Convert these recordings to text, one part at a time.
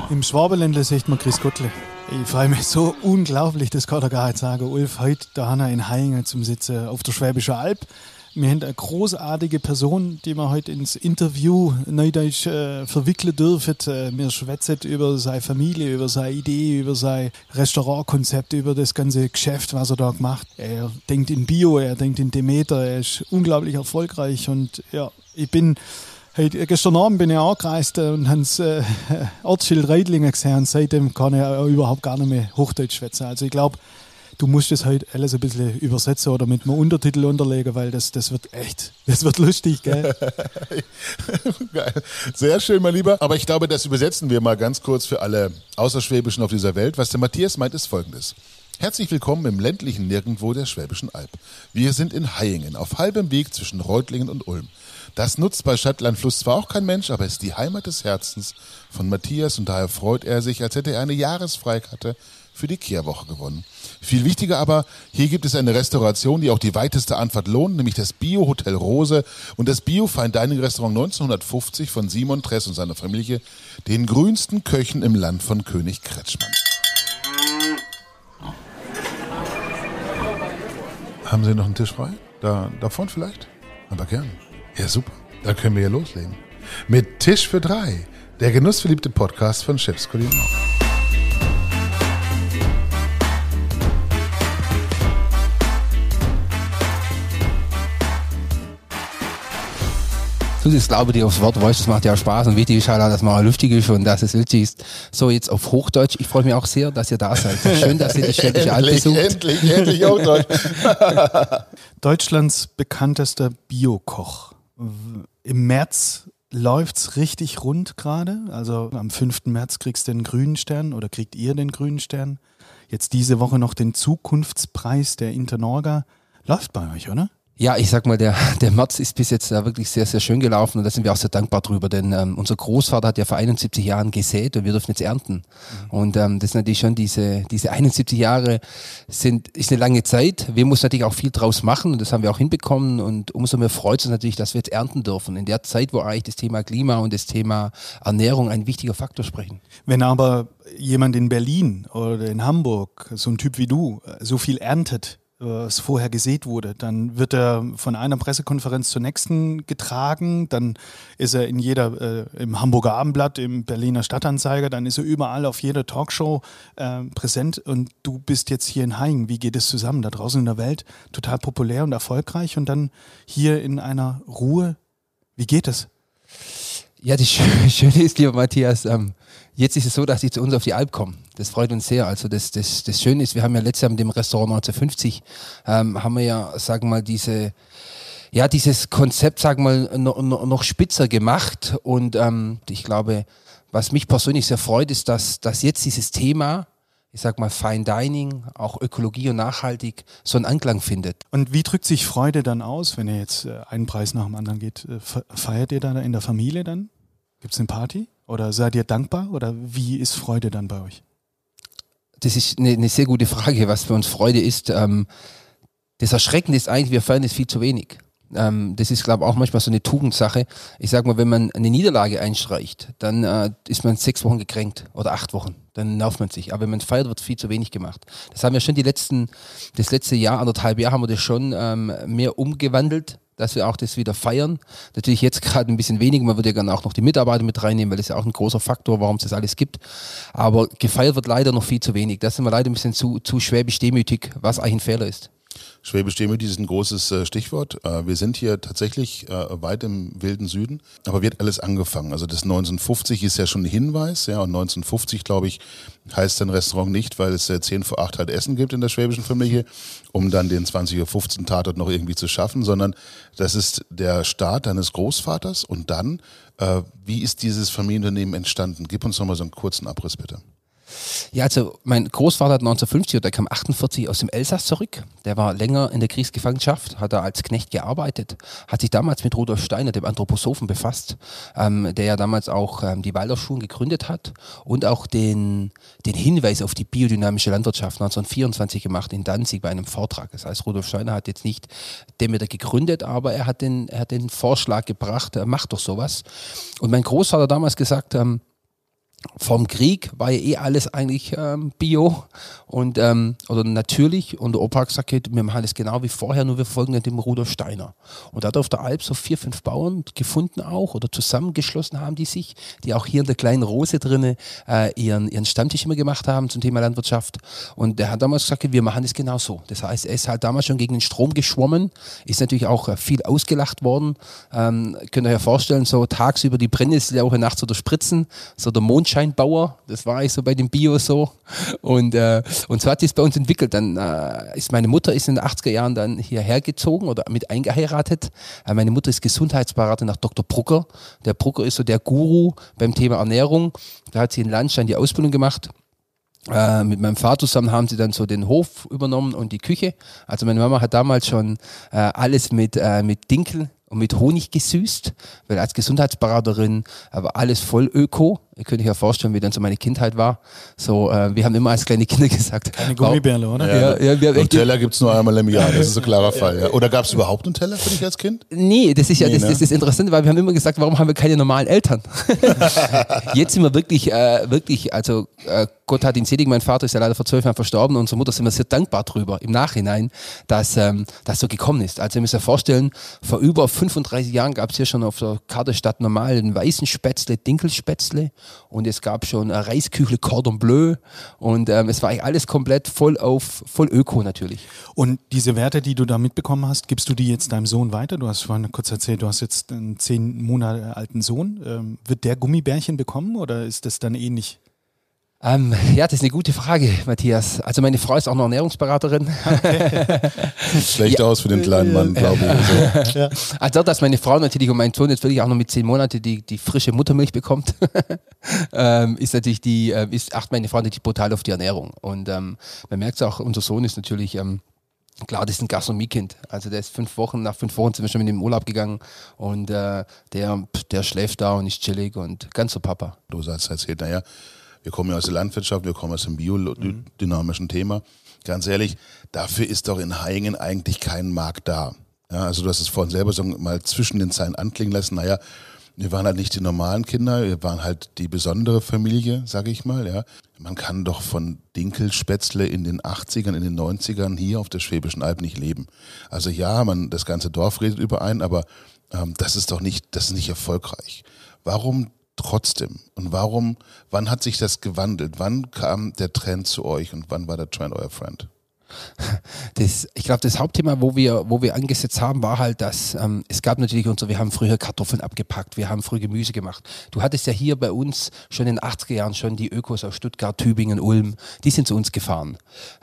Im Schwabenländle sagt man Grüß Gottle. Ich freue mich so unglaublich, das kann ich gar nicht sagen. Ulf, heute da haben wir in Haingen zum Sitzen auf der Schwäbischen Alb. Wir haben eine großartige Person, die wir heute ins Interview neudeutsch verwickeln dürfen. Wir schwätzen über seine Familie, über seine Idee, über sein Restaurantkonzept, über das ganze Geschäft, was er da gemacht. Er denkt in Bio, er denkt in Demeter, er ist unglaublich erfolgreich und ja, gestern Abend bin ich angereist und habe das Ortsschild Reidlingen gesehen und seitdem kann ich auch überhaupt gar nicht mehr Hochdeutsch schwätzen. Also ich glaube, du musst das heute alles ein bisschen übersetzen oder mit einem Untertitel unterlegen, weil das wird lustig, gell? Geil. Sehr schön, mein Lieber. Aber ich glaube, das übersetzen wir mal ganz kurz für alle Außerschwäbischen auf dieser Welt. Was der Matthias meint, ist Folgendes. Herzlich willkommen im ländlichen Nirgendwo der Schwäbischen Alb. Wir sind in Haingen, auf halbem Weg zwischen Reutlingen und Ulm. Das nutzt bei Stadt, Land, Fluss zwar auch kein Mensch, aber es ist die Heimat des Herzens von Matthias und daher freut er sich, als hätte er eine Jahresfreikarte für die Kehrwoche gewonnen. Viel wichtiger aber, hier gibt es eine Restauration, die auch die weiteste Anfahrt lohnt, nämlich das Bio-Hotel Rose und das Bio-Fine-Dining-Restaurant 1950 von Simon Tress und seiner Familie, den grünsten Köchen im Land von König Kretschmann. Haben Sie noch einen Tisch frei? Da vorne vielleicht? Aber gern. Ja, super. Da können wir ja loslegen. Mit Tisch für 3, der genussverliebte Podcast von Chefs Kulinar. Du, das glaube dir aufs Wort, weißt, das macht ja auch Spaß und wichtig ist halt auch, dass man auch lustig ist und dass es lustig ist. So, jetzt auf Hochdeutsch. Ich freue mich auch sehr, dass ihr da seid. Schön, dass ihr die Schwäbische Alb besucht. Endlich Hochdeutsch. Deutschlands bekanntester Biokoch. Im März läuft's richtig rund gerade. Also am 5. März kriegst du den grünen Stern oder kriegt ihr den grünen Stern. Jetzt diese Woche noch den Zukunftspreis der Internorga. Läuft bei euch, oder? Ja, ich sag mal, der März ist bis jetzt wirklich sehr, sehr schön gelaufen und da sind wir auch sehr dankbar drüber, denn unser Großvater hat ja vor 71 Jahren gesät und wir dürfen jetzt ernten. Und das ist natürlich schon diese 71 Jahre ist eine lange Zeit. Wir müssen natürlich auch viel draus machen und das haben wir auch hinbekommen und umso mehr freut es uns natürlich, dass wir jetzt ernten dürfen. In der Zeit, wo eigentlich das Thema Klima und das Thema Ernährung ein wichtiger Faktor sprechen. Wenn aber jemand in Berlin oder in Hamburg, so ein Typ wie du, so viel erntet, was vorher gesät wurde, dann wird er von einer Pressekonferenz zur nächsten getragen, dann ist er in im Hamburger Abendblatt, im Berliner Stadtanzeiger, dann ist er überall auf jeder Talkshow präsent und du bist jetzt hier in Haingen. Wie geht es zusammen? Da draußen in der Welt total populär und erfolgreich und dann hier in einer Ruhe. Wie geht es? Ja, das Schöne ist, lieber Matthias, jetzt ist es so, dass sie zu uns auf die Alp kommen. Das freut uns sehr. Also das Schöne ist, wir haben ja letztes Jahr mit dem Restaurant 1950, haben wir ja, sagen wir mal, dieses Konzept, sagen wir mal, noch spitzer gemacht. Und ich glaube, was mich persönlich sehr freut, ist, dass jetzt dieses Thema, ich sag mal Fine Dining, auch Ökologie und nachhaltig, so einen Anklang findet. Und wie drückt sich Freude dann aus, wenn ihr jetzt einen Preis nach dem anderen geht? Feiert ihr da in der Familie dann? Gibt es eine Party? Oder seid ihr dankbar? Oder wie ist Freude dann bei euch? Das ist eine sehr gute Frage, was für uns Freude ist. Das Erschreckende ist eigentlich, wir feiern das viel zu wenig. Das ist, glaube ich, auch manchmal so eine Tugendsache. Ich sage mal, wenn man eine Niederlage einstreicht, dann ist man 6 Wochen gekränkt oder 8 Wochen. Dann nervt man sich. Aber wenn man feiert, wird viel zu wenig gemacht. Das haben wir schon das letzte Jahr, 1,5 Jahre haben wir das schon mehr umgewandelt, dass wir auch das wieder feiern. Natürlich jetzt gerade ein bisschen weniger, man würde ja gerne auch noch die Mitarbeiter mit reinnehmen, weil das ist ja auch ein großer Faktor, warum es das alles gibt. Aber gefeiert wird leider noch viel zu wenig. Da sind wir leider ein bisschen zu schwäbisch demütig, was eigentlich ein Fehler ist. Schwäbisch demütig ist ein großes Stichwort. Wir sind hier tatsächlich weit im wilden Süden, aber wird alles angefangen. Also das 1950 ist ja schon ein Hinweis, ja, und 1950, glaube ich, heißt ein Restaurant nicht, weil es 10 vor 8 halt Essen gibt in der schwäbischen Familie, um dann den 20:15 Uhr Tatort noch irgendwie zu schaffen, sondern das ist der Start deines Großvaters und dann, wie ist dieses Familienunternehmen entstanden? Gib uns nochmal so einen kurzen Abriss, bitte. Ja, also mein Großvater hat 1950, der kam 48 aus dem Elsass zurück. Der war länger in der Kriegsgefangenschaft, hat da als Knecht gearbeitet, hat sich damals mit Rudolf Steiner, dem Anthroposophen, befasst, der ja damals auch die Waldorfschulen gegründet hat und auch den Hinweis auf die biodynamische Landwirtschaft 1924 gemacht in Danzig bei einem Vortrag. Das heißt, Rudolf Steiner hat jetzt nicht Demeter gegründet, aber er hat den Vorschlag gebracht, macht doch sowas. Und mein Großvater hat damals gesagt, Vom Krieg war ja alles eigentlich Bio und oder natürlich, und der Opa hat gesagt, wir machen das genau wie vorher, nur wir folgen dem Rudolf Steiner. Und da hat auf der Alp so 4, 5 Bauern gefunden auch oder zusammengeschlossen haben die sich, die auch hier in der kleinen Rose drinne ihren Stammtisch immer gemacht haben zum Thema Landwirtschaft. Und der hat damals gesagt, wir machen das genau so. Das heißt, er ist halt damals schon gegen den Strom geschwommen, ist natürlich auch viel ausgelacht worden. Könnt ihr euch ja vorstellen, so tagsüber die Brennnesseljauche, nachts oder Spritzen, so der Mondscheinbauer, das war ich so bei dem Bio so. Und so hat sich bei uns entwickelt. Dann ist meine Mutter in den 80er Jahren dann hierher gezogen oder mit eingeheiratet. Meine Mutter ist Gesundheitsberaterin nach Dr. Brucker. Der Brucker ist so der Guru beim Thema Ernährung. Da hat sie in Landstein die Ausbildung gemacht. Mit meinem Vater zusammen haben sie dann so den Hof übernommen und die Küche. Also meine Mama hat damals schon alles mit Dinkel und mit Honig gesüßt, weil als Gesundheitsberaterin aber alles voll Öko. Ihr könnt euch ja vorstellen, wie dann so meine Kindheit war. So, wir haben immer als kleine Kinder gesagt. Keine Gummibärle, oder? Ja, wir haben Nutella gibt es nur einmal im Jahr, das ist ein klarer Fall. Ja. Oder gab es überhaupt Nutella für dich als Kind? Nee, das ist ja das ist das Interessante, weil wir haben immer gesagt, warum haben wir keine normalen Eltern? Jetzt sind wir wirklich, also Gott hat ihn selig, mein Vater ist ja leider vor 12 Jahren verstorben und unsere Mutter sind wir sehr dankbar drüber im Nachhinein, dass das so gekommen ist. Also ihr müsst euch vorstellen, vor über 35 Jahren gab es hier schon auf der Karte statt normal einen weißen Spätzle, Dinkelspätzle und es gab schon Reisküchle Cordon Bleu und es war eigentlich alles komplett voll Öko natürlich. Und diese Werte, die du da mitbekommen hast, gibst du die jetzt deinem Sohn weiter? Du hast vorhin kurz erzählt, du hast jetzt einen 10 Monate alten Sohn. Wird der Gummibärchen bekommen oder ist das dann ähnlich? Ja, das ist eine gute Frage, Matthias. Also meine Frau ist auch noch Ernährungsberaterin. Sieht schlecht aus für den kleinen Mann, glaube ich. Also. Ja. Also dass meine Frau natürlich und mein Sohn jetzt wirklich auch noch mit 10 Monaten die frische Muttermilch bekommt, ist natürlich acht meine Frau natürlich brutal auf die Ernährung. Und man merkt es auch, unser Sohn ist natürlich klar, das ist ein Gastronomiekind. Also der ist 5 Wochen, nach 5 Wochen sind wir schon mit ihm in den Urlaub gegangen und der schläft da und ist chillig und ganz so Papa. Du hast erzählt, naja, wir kommen ja aus der Landwirtschaft, wir kommen aus dem biodynamischen Thema. Ganz ehrlich, dafür ist doch in Haingen eigentlich kein Markt da. Ja, also du hast es vorhin selber so mal zwischen den Zeilen anklingen lassen, naja, wir waren halt nicht die normalen Kinder, wir waren halt die besondere Familie, sage ich mal. Ja. Man kann doch von Dinkelspätzle in den 80ern, in den 90ern hier auf der Schwäbischen Alb nicht leben. Also ja, das ganze Dorf redet überein, aber das ist nicht erfolgreich. Warum trotzdem? Und wann hat sich das gewandelt? Wann kam der Trend zu euch und wann war der Trend euer Friend? Ich glaube, das Hauptthema, wo wir angesetzt haben, war halt, dass es gab natürlich wir haben früher Kartoffeln abgepackt, wir haben früher Gemüse gemacht. Du hattest ja hier bei uns schon in den 80er Jahren schon die Ökos aus Stuttgart, Tübingen, Ulm, die sind zu uns gefahren.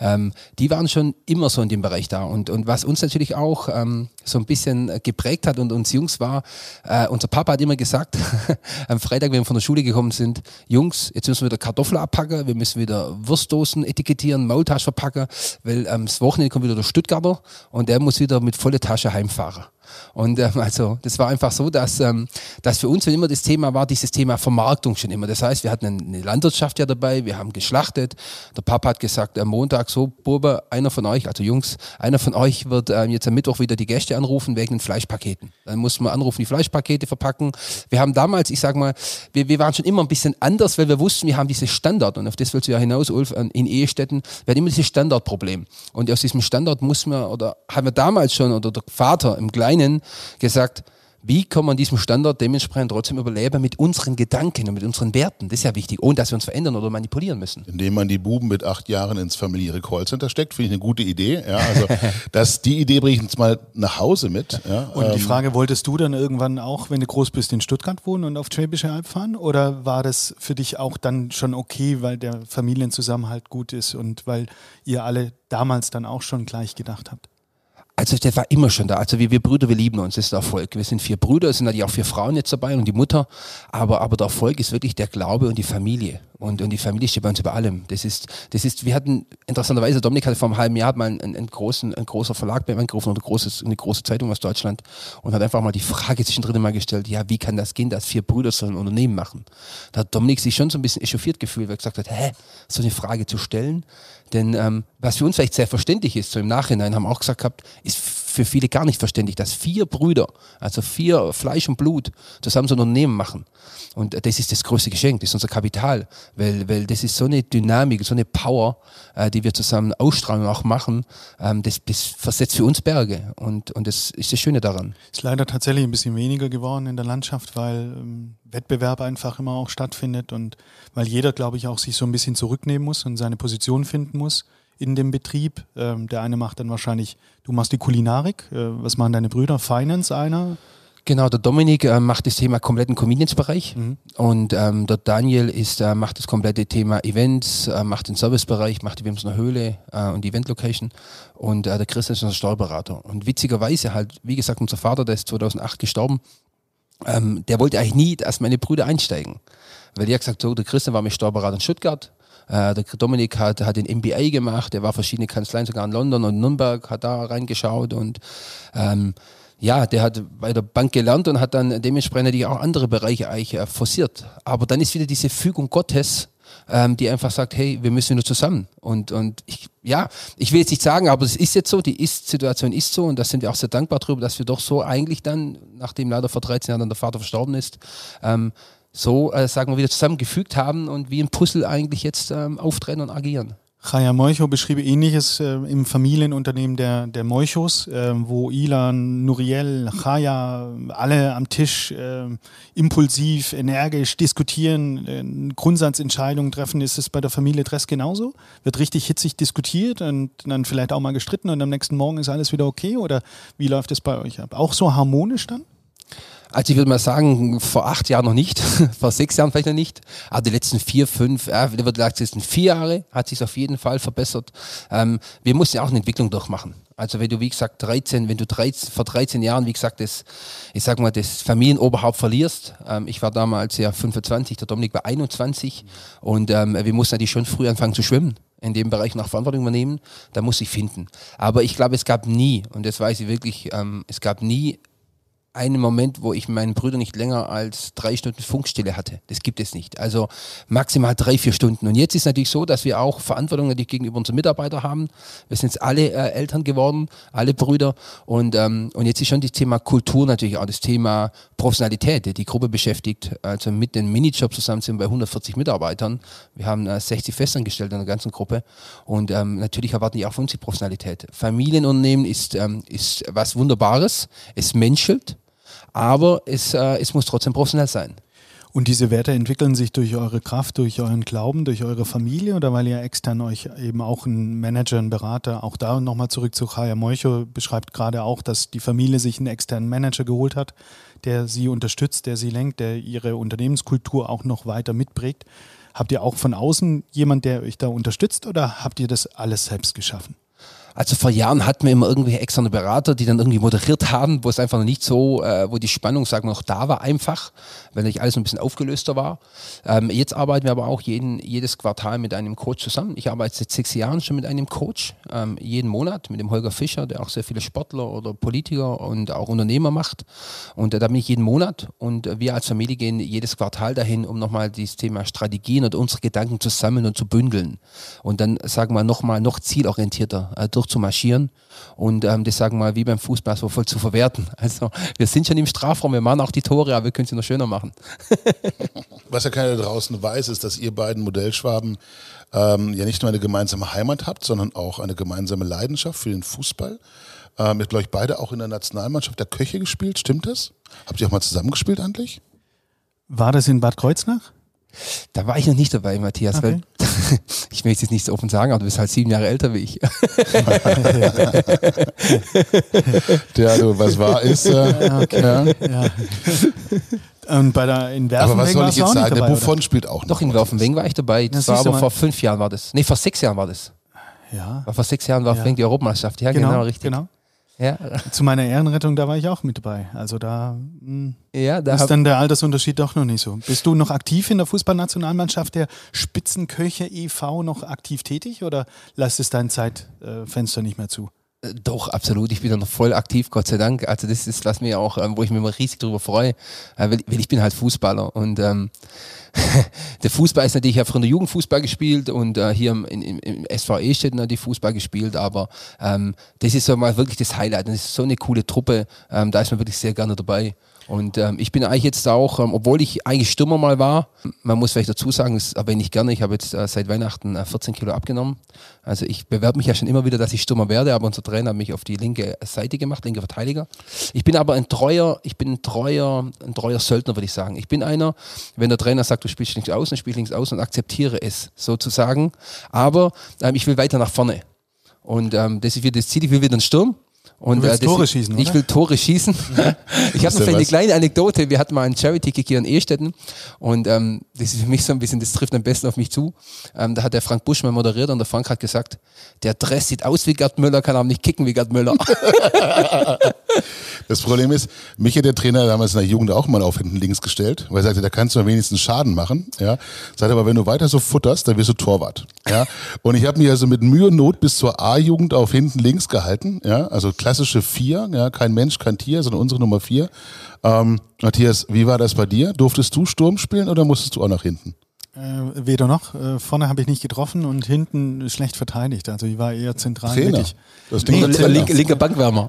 Die waren schon immer so in dem Bereich da und was uns natürlich auch so ein bisschen geprägt hat und uns Jungs war, unser Papa hat immer gesagt, am Freitag, wenn wir von der Schule gekommen sind, Jungs, jetzt müssen wir wieder Kartoffeln abpacken, wir müssen wieder Wurstdosen etikettieren, Maultaschen verpacken, weil das Wochenende kommt wieder der Stuttgarter und der muss wieder mit voller Tasche heimfahren. Und also das war einfach so, dass für uns immer das Thema war, dieses Thema Vermarktung schon immer. Das heißt, wir hatten eine Landwirtschaft ja dabei, wir haben geschlachtet. Der Papa hat gesagt, am Montag so, Burbe, einer von euch, also Jungs, einer von euch wird jetzt am Mittwoch wieder die Gäste anrufen wegen den Fleischpaketen. Dann mussten wir anrufen, die Fleischpakete verpacken. Wir haben damals, ich sag mal, wir waren schon immer ein bisschen anders, weil wir wussten, wir haben dieses Standard und auf das willst du ja hinaus, Ulf, in Ehestätten, wir hatten immer dieses Standardproblem. Und aus diesem Standard haben wir damals schon, oder der Vater im Kleinen gesagt, wie kann man diesem Standard dementsprechend trotzdem überleben mit unseren Gedanken und mit unseren Werten? Das ist ja wichtig, ohne dass wir uns verändern oder manipulieren müssen. Indem man die Buben mit 8 Jahren ins familiäre Callcenter steckt, finde ich eine gute Idee. Ja, also die Idee bringe ich uns mal nach Hause mit. Ja, und die Frage, wolltest du dann irgendwann auch, wenn du groß bist, in Stuttgart wohnen und auf Schwäbische Alb fahren? Oder war das für dich auch dann schon okay, weil der Familienzusammenhalt gut ist und weil ihr alle damals dann auch schon gleich gedacht habt? Also der war immer schon da. Also wir Brüder, wir lieben uns, das ist der Erfolg. Wir sind 4 Brüder, es sind natürlich auch 4 Frauen jetzt dabei und die Mutter. Aber der Erfolg ist wirklich der Glaube und die Familie. Und die Familie steht bei uns über allem. Wir hatten, interessanterweise, Dominik hatte vor einem halben Jahr mal ein großer Verlag bei ihm angerufen oder eine große Zeitung aus Deutschland und hat einfach mal die Frage zwischendrin mal gestellt, ja, wie kann das gehen, dass 4 Brüder so ein Unternehmen machen? Da hat Dominik sich schon so ein bisschen echauffiert gefühlt, weil er gesagt hat, so eine Frage zu stellen. Denn was für uns vielleicht sehr verständlich ist, so im Nachhinein haben wir auch gesagt gehabt, ist für viele gar nicht verständlich, dass 4 Brüder, also 4 Fleisch und Blut, zusammen so ein Unternehmen machen. Und das ist das größte Geschenk, das ist unser Kapital, weil das ist so eine Dynamik, so eine Power, die wir zusammen ausstrahlen und auch machen, das versetzt für uns Berge und das ist das Schöne daran. Ist leider tatsächlich ein bisschen weniger geworden in der Landschaft, weil Wettbewerb einfach immer auch stattfindet und weil jeder, glaube ich, auch sich so ein bisschen zurücknehmen muss und seine Position finden muss in dem Betrieb. Der eine macht dann wahrscheinlich, du machst die Kulinarik, was machen deine Brüder? Finance einer? Genau, der Dominik macht das Thema kompletten Convenience-Bereich und der Daniel macht das komplette Thema Events, macht den Servicebereich, macht die Wimsener Höhle und die Event-Location und der Christian ist unser Steuerberater. Und witzigerweise halt, wie gesagt, unser Vater, der ist 2008 gestorben, der wollte eigentlich nie, dass meine Brüder einsteigen. Weil der hat gesagt, so, der Christian war mit Steuerberater in Stuttgart, der Dominik hat den MBA gemacht, der war verschiedene Kanzleien, sogar in London und Nürnberg, hat da reingeschaut und ja, der hat bei der Bank gelernt und hat dann dementsprechend natürlich auch andere Bereiche eigentlich forciert. Aber dann ist wieder diese Fügung Gottes, die einfach sagt, hey, wir müssen nur zusammen. Und ich will jetzt nicht sagen, aber es ist jetzt so, die Ist-Situation ist so und da sind wir auch sehr dankbar drüber, dass wir doch so eigentlich dann, nachdem leider vor 13 Jahren dann der Vater verstorben ist, sagen wir wieder zusammengefügt haben und wie ein Puzzle eigentlich jetzt auftreten und agieren. Chaya Moicho beschrieb Ähnliches im Familienunternehmen der Moichos, wo Ilan, Nuriel, Chaya alle am Tisch impulsiv, energisch diskutieren, Grundsatzentscheidungen treffen. Ist es bei der Familie Dress genauso? Wird richtig hitzig diskutiert und dann vielleicht auch mal gestritten und am nächsten Morgen ist alles wieder okay? Oder wie läuft es bei euch ab? Auch so harmonisch dann? Also ich würde mal sagen, vor 8 Jahren noch nicht, vor 6 Jahren vielleicht noch nicht, aber die letzten 4, 5, die letzten 4 Jahre hat sich auf jeden Fall verbessert. Wir mussten ja auch eine Entwicklung durchmachen. Also wenn du, wie gesagt, vor 13 Jahren, wie gesagt, das Familienoberhaupt verlierst, ich war damals ja 25, der Dominik war 21 und wir mussten natürlich schon früh anfangen zu schwimmen. In dem Bereich nach Verantwortung übernehmen, da muss ich finden. Aber ich glaube, es gab nie, und das weiß ich wirklich, es gab nie einen Moment, wo ich mit meinen Brüdern nicht länger als 3 Stunden Funkstille hatte. Das gibt es nicht. Also maximal 3, 4 Stunden. Und jetzt ist natürlich so, dass wir auch Verantwortung natürlich gegenüber unseren Mitarbeitern haben. Wir sind jetzt alle Eltern geworden, alle Brüder. Und jetzt ist schon das Thema Kultur natürlich auch das Thema Professionalität. Die Gruppe beschäftigt, also mit den Minijobs zusammen sind wir bei 140 Mitarbeitern. Wir haben 60 Festangestellte in der ganzen Gruppe. Und natürlich erwarten die auch von uns die Professionalität. Familienunternehmen ist was Wunderbares. Es menschelt. Aber es muss trotzdem professionell sein. Und diese Werte entwickeln sich durch eure Kraft, durch euren Glauben, durch eure Familie oder weil ihr extern euch eben auch einen Manager, einen Berater, auch da nochmal zurück zu Chaya Moicho, beschreibt gerade auch, dass die Familie sich einen externen Manager geholt hat, der sie unterstützt, der sie lenkt, der ihre Unternehmenskultur auch noch weiter mitprägt. Habt ihr auch von außen jemand, der euch da unterstützt oder habt ihr das alles selbst geschaffen? Also vor Jahren hatten wir immer irgendwelche externe Berater, die dann irgendwie moderiert haben, wo es einfach noch nicht so, wo die Spannung, sagen wir, noch da war einfach, weil natürlich alles ein bisschen aufgelöster war. Jetzt arbeiten wir aber auch jedes Quartal mit einem Coach zusammen. Ich arbeite seit 6 Jahren schon mit einem Coach, jeden Monat mit dem Holger Fischer, der auch sehr viele Sportler oder Politiker und auch Unternehmer macht. Und da bin ich jeden Monat und wir als Familie gehen jedes Quartal dahin, um nochmal dieses Thema Strategien und unsere Gedanken zu sammeln und zu bündeln. Und dann, sagen wir, noch zielorientierter zu marschieren und das, sagen wir mal, wie beim Fußball so voll zu verwerten. Also wir sind schon im Strafraum, wir machen auch die Tore, aber wir können sie noch schöner machen. Was ja keiner da draußen weiß, ist, dass ihr beiden Modellschwaben ja nicht nur eine gemeinsame Heimat habt, sondern auch eine gemeinsame Leidenschaft für den Fußball. Ihr habt, glaube ich, beide auch in der Nationalmannschaft der Köche gespielt, stimmt das? Habt ihr auch mal zusammengespielt eigentlich? War das in Bad Kreuznach? Da war ich noch nicht dabei, Matthias, okay. Weil ich möchte jetzt nicht so offen sagen, aber du bist halt 7 Jahre älter wie ich. Ja, du, was wahr ist. Okay. Ja. Und in Werfenweng aber was soll ich jetzt sagen? Dabei, der Buffon oder? spielt auch noch. Doch, in Werfenweng war ich dabei. Das war aber vor 5 Jahren war das. Nee, vor 6 Jahren war das. Ja. Vor 6 Jahren war Werfenweng die Europameisterschaft. Ja, genau, richtig. Genau. Ja. Zu meiner Ehrenrettung, da war ich auch mit dabei. Also da da ist dann der Altersunterschied doch noch nicht so. Bist du noch aktiv in der Fußballnationalmannschaft der Spitzenköche e.V. noch aktiv tätig oder lässt es dein Zeitfenster nicht mehr zu? Doch, absolut. Ich bin da noch voll aktiv, Gott sei Dank. Also das ist, was mir auch, wo ich mich immer riesig drüber freue, weil ich bin halt Fußballer und der Fußball ist natürlich, ich habe früher in der Jugend Fußball gespielt und hier im SV Ehstetten natürlich Fußball gespielt, aber das ist so mal wirklich das Highlight. Das ist so eine coole Truppe, da ist man wirklich sehr gerne dabei. Und ich bin eigentlich jetzt auch, obwohl ich eigentlich Stürmer mal war, man muss vielleicht dazu sagen, das erwähne ich gerne, ich habe jetzt seit Weihnachten 14 Kilo abgenommen. Also ich bewerbe mich ja schon immer wieder, dass ich Stürmer werde, aber unser Trainer hat mich auf die linke Seite gemacht, linke Verteidiger. Ich bin aber ein treuer Söldner, würde ich sagen. Ich bin einer, wenn der Trainer sagt, du spielst links außen, spiel links außen und akzeptiere es sozusagen. Aber ich will weiter nach vorne. Und das ist wieder das Ziel, ich will wieder einen Sturm. Und du willst Tore schießen, oder? Ich will Tore schießen. Ich habe noch eine kleine Anekdote. Wir hatten mal einen Charity-Kick hier in Ehstetten und das ist für mich so ein bisschen, das trifft am besten auf mich zu. Da hat der Frank Busch mal moderiert und der Frank hat gesagt, der Dress sieht aus wie Gerd Müller, kann aber nicht kicken wie Gerd Müller. Das Problem ist, mich hat der Trainer damals in der Jugend auch mal auf hinten links gestellt, weil er sagte, da kannst du am wenigsten Schaden machen. Ja. Sagt aber, wenn du weiter so futterst, dann wirst du Torwart. Ja. Und ich habe mich also mit Mühe und Not bis zur A-Jugend auf hinten links gehalten. Ja. Also klassische 4, ja, kein Mensch, kein Tier, sondern unsere Nummer 4. Matthias, wie war das bei dir? Durftest du Sturm spielen oder musstest du auch nach hinten? Weder noch. Vorne habe ich nicht getroffen und hinten schlecht verteidigt. Also ich war eher zentral mittig. Linker Bankwärmer.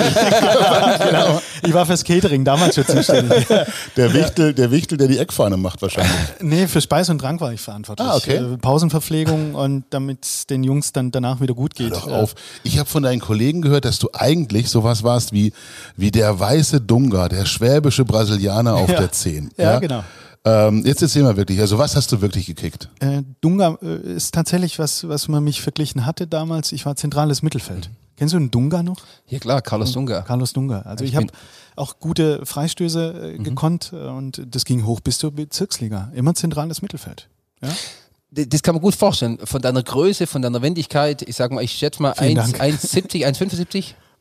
Genau. Ich war fürs Catering damals schon zuständig. Der Wichtel, der die Eckfahne macht wahrscheinlich. Nee, für Speis und Trank war ich verantwortlich. Okay. Pausenverpflegung und damit es den Jungs dann danach wieder gut geht. Hör doch auf. Ich habe von deinen Kollegen gehört, dass du eigentlich sowas warst wie der weiße Dunga, der schwäbische Brasilianer auf der 10. Ja, genau. Jetzt erzähl mal wirklich, also was hast du wirklich gekickt? Dunga ist tatsächlich was man mich verglichen hatte damals. Ich war zentrales Mittelfeld. Kennst du einen Dunga noch? Ja klar, Carlos Dunga. Carlos Dunga. Also ich habe auch gute Freistöße gekonnt und das ging hoch bis zur Bezirksliga. Immer zentrales Mittelfeld. Ja? Das kann man gut vorstellen. Von deiner Größe, von deiner Wendigkeit, ich sag mal, ich schätze mal 1,70, 1,75?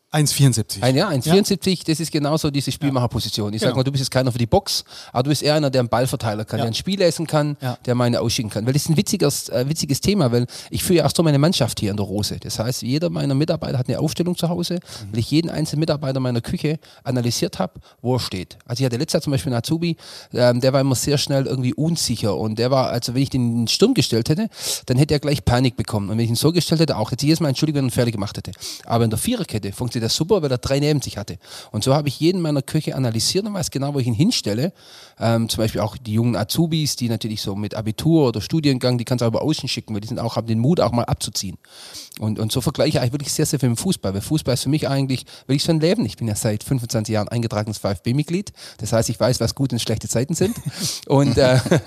1,74. 1,74, das ist genauso diese Spielmacherposition. Ich sag mal, du bist jetzt keiner für die Box, aber du bist eher einer, der einen Ballverteiler kann, der ein Spiel lesen kann, der meine ausschicken kann. Weil das ist ein witziges Thema, weil ich führe ja auch so meine Mannschaft hier in der Rose. Das heißt, jeder meiner Mitarbeiter hat eine Aufstellung zu Hause, weil ich jeden einzelnen Mitarbeiter meiner Küche analysiert habe, wo er steht. Also ich hatte letztes Jahr zum Beispiel einen Azubi, der war immer sehr schnell irgendwie unsicher und der war, also wenn ich den in den Sturm gestellt hätte, dann hätte er gleich Panik bekommen. Und wenn ich ihn so gestellt hätte, auch, hätte jedes Mal Entschuldigung, wenn er einen Fehler gemacht hätte. Aber in der Viererkette funktioniert das super, weil er 3 neben sich hatte. Und so habe ich jeden meiner Küche analysiert und weiß genau, wo ich ihn hinstelle. Zum Beispiel auch die jungen Azubis, die natürlich so mit Abitur oder Studiengang, die kannst du auch über außen schicken, weil die haben den Mut auch mal abzuziehen. Und so vergleiche ich eigentlich wirklich sehr, sehr viel mit dem Fußball, weil Fußball ist für mich eigentlich wirklich so ein Leben. Ich bin ja seit 25 Jahren eingetragenes VfB-Mitglied. Das heißt, ich weiß, was gute und schlechte Zeiten sind. Und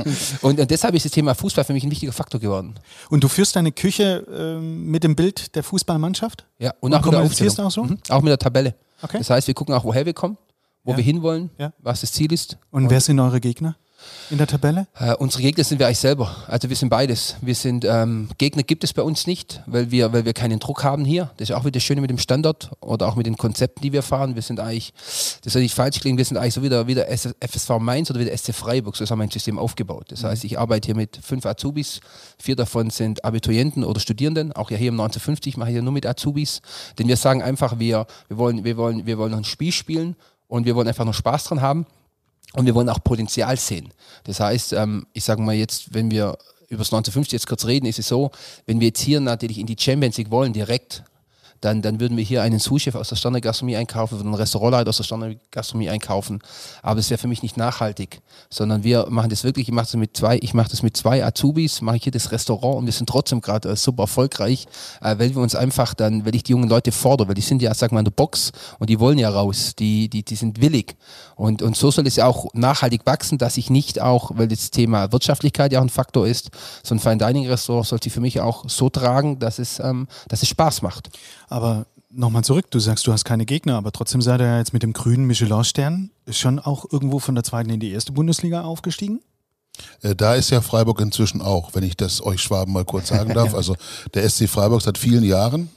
deshalb ist das Thema Fußball für mich ein wichtiger Faktor geworden. Und du führst deine Küche mit dem Bild der Fußballmannschaft? Ja, und auch mit der Aufstellung. Auch so? Auch mit der Tabelle. Okay. Das heißt, wir gucken auch, woher wir kommen, wo wir hinwollen, was das Ziel ist. Und wer sind eure Gegner in der Tabelle? Unsere Gegner sind wir eigentlich selber. Also wir sind beides. Wir sind Gegner gibt es bei uns nicht, weil wir keinen Druck haben hier. Das ist auch wieder das Schöne mit dem Standard oder auch mit den Konzepten, die wir fahren. Wir sind eigentlich, das soll nicht falsch klingen, wir sind eigentlich so wie der FSV Mainz oder wie der SC Freiburg. So ist mein System aufgebaut. Das heißt, ich arbeite hier mit 5 Azubis. 4 davon sind Abiturienten oder Studierenden. Auch hier im 1950 mache ich ja nur mit Azubis. Denn wir sagen einfach, wir wollen noch ein Spiel spielen und wir wollen einfach noch Spaß dran haben. Und wir wollen auch Potenzial sehen. Das heißt, ich sage mal jetzt, wenn wir über das 1950 jetzt kurz reden, ist es so, wenn wir jetzt hier natürlich in die Champions League wollen, direkt, dann würden wir hier einen Sous-Chef aus der Standardgastronomie einkaufen, würden einen Restaurantleiter aus der Standardgastronomie einkaufen. Aber es wäre für mich nicht nachhaltig, sondern wir machen das wirklich, ich mache das mit 2 Azubis, mache ich hier das Restaurant und wir sind trotzdem gerade super erfolgreich, weil wir uns einfach dann, weil ich die jungen Leute fordere, weil die sind ja, sag mal, in der Box und die wollen ja raus, die sind willig. Und so soll es ja auch nachhaltig wachsen, dass ich nicht auch, weil das Thema Wirtschaftlichkeit ja auch ein Faktor ist, so ein Fine-Dining-Restaurant soll sich für mich auch so tragen, dass es Spaß macht. Aber nochmal zurück, du sagst, du hast keine Gegner, aber trotzdem seid ihr ja jetzt mit dem grünen Michelin-Stern schon auch irgendwo von der 2. in die 1. Bundesliga aufgestiegen? Da ist ja Freiburg inzwischen auch, wenn ich das euch Schwaben mal kurz sagen darf. Also der SC Freiburg seit vielen Jahren,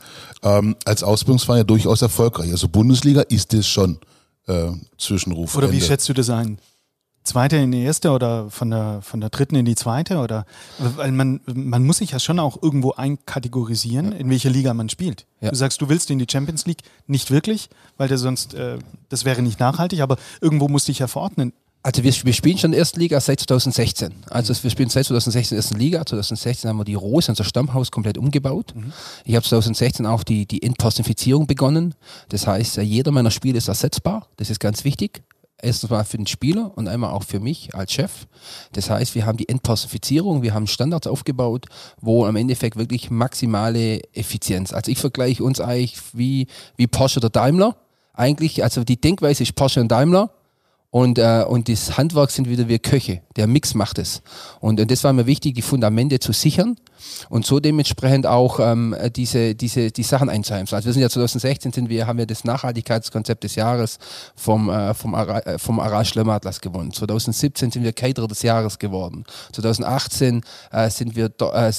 als Ausbildungsverein ja durchaus erfolgreich. Also Bundesliga ist es schon, Zwischenruf. Oder wie schätzt du das ein? zweite in die erste oder von der dritten in die zweite? Oder weil man muss sich ja schon auch irgendwo einkategorisieren, in welcher Liga man spielt. Ja. Du sagst, du willst in die Champions League, nicht wirklich, weil der sonst, das wäre nicht nachhaltig, aber irgendwo musst du dich ja verordnen. Also wir spielen schon in der ersten Liga seit 2016. Also wir spielen seit 2016 in der ersten Liga. 2016 haben wir die Rose, unser Stammhaus, komplett umgebaut. Ich habe 2016 auch die Endpostifizierung begonnen. Das heißt, jeder meiner Spiele ist ersetzbar. Das ist ganz wichtig. Erstens mal für den Spieler und einmal auch für mich als Chef. Das heißt, wir haben die Endpostifizierung, wir haben Standards aufgebaut, wo am Endeffekt wirklich maximale Effizienz. Also ich vergleiche uns eigentlich wie Porsche oder Daimler. Eigentlich, also die Denkweise ist Porsche und Daimler. Und das Handwerk sind wieder wir Köche. Der Mix macht es. Und das war mir wichtig, die Fundamente zu sichern und so dementsprechend auch die Sachen einzuheimsen. Also wir sind ja 2016 haben wir das Nachhaltigkeitskonzept des Jahres vom Arash Schlemmatlas gewonnen. 2017 sind wir Caterer des Jahres geworden. 2018 sind wir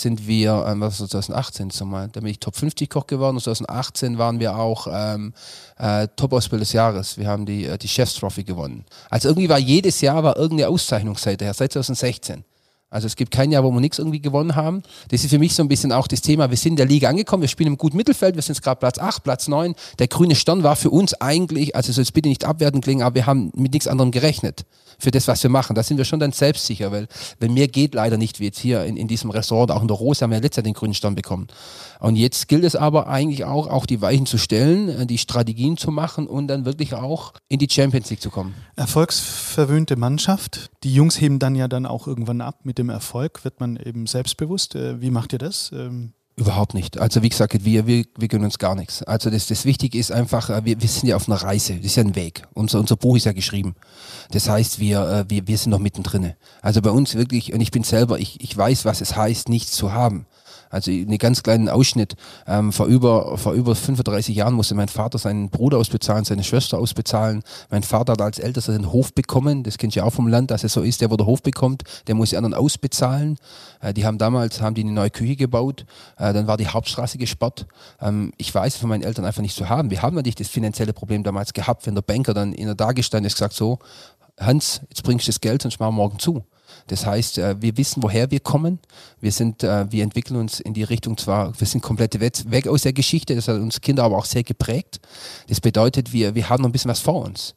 was war 2018 zumal? Da bin ich Top 50 Koch geworden. Und 2018 waren wir auch Top-Ausbilder des Jahres. Wir haben die Chef's Trophy gewonnen. Also irgendwie war jedes Jahr irgendeine Auszeichnungsseite her, seit 2016. Also es gibt kein Jahr, wo wir nichts irgendwie gewonnen haben. Das ist für mich so ein bisschen auch das Thema, wir sind in der Liga angekommen, wir spielen im guten Mittelfeld, wir sind jetzt gerade Platz 8, Platz 9. Der grüne Stern war für uns eigentlich, also soll es bitte nicht abwertend klingen, aber wir haben mit nichts anderem gerechnet für das, was wir machen. Da sind wir schon dann selbstsicher, weil mehr geht leider nicht, wie jetzt hier in diesem Restaurant, auch in der Rose haben wir ja letztes Jahr den grünen Stern bekommen. Und jetzt gilt es aber eigentlich auch die Weichen zu stellen, die Strategien zu machen und dann wirklich auch in die Champions League zu kommen. Erfolgsverwöhnte Mannschaft. Die Jungs heben dann ja dann auch irgendwann ab mit dem Erfolg. Wird man eben selbstbewusst? Wie macht ihr das? Überhaupt nicht. Also wie gesagt, wir gönnen uns gar nichts. Also das Wichtige ist einfach, wir sind ja auf einer Reise, das ist ja ein Weg. Unser Buch ist ja geschrieben. Das heißt, wir sind noch mittendrin. Also bei uns wirklich, und ich bin selber, ich weiß, was es heißt, nichts zu haben. Also einen ganz kleinen Ausschnitt. Vor über 35 Jahren musste mein Vater seinen Bruder ausbezahlen, seine Schwester ausbezahlen. Mein Vater hat als Ältester den Hof bekommen. Das kennt ihr auch vom Land, dass es so ist. Der, wo der Hof bekommt, der muss die anderen ausbezahlen. Die haben eine neue Küche gebaut. Dann war die Hauptstraße gesperrt. Ich weiß es von meinen Eltern einfach nicht zu haben. Wir haben natürlich das finanzielle Problem damals gehabt, wenn der Banker dann in der da gestanden ist, gesagt so, Hans, jetzt bringst du das Geld, sonst machen wir morgen zu. Das heißt, wir wissen, woher wir kommen. Wir entwickeln uns in die Richtung wir sind komplett weg aus der Geschichte. Das hat uns Kinder aber auch sehr geprägt. Das bedeutet, wir haben noch ein bisschen was vor uns.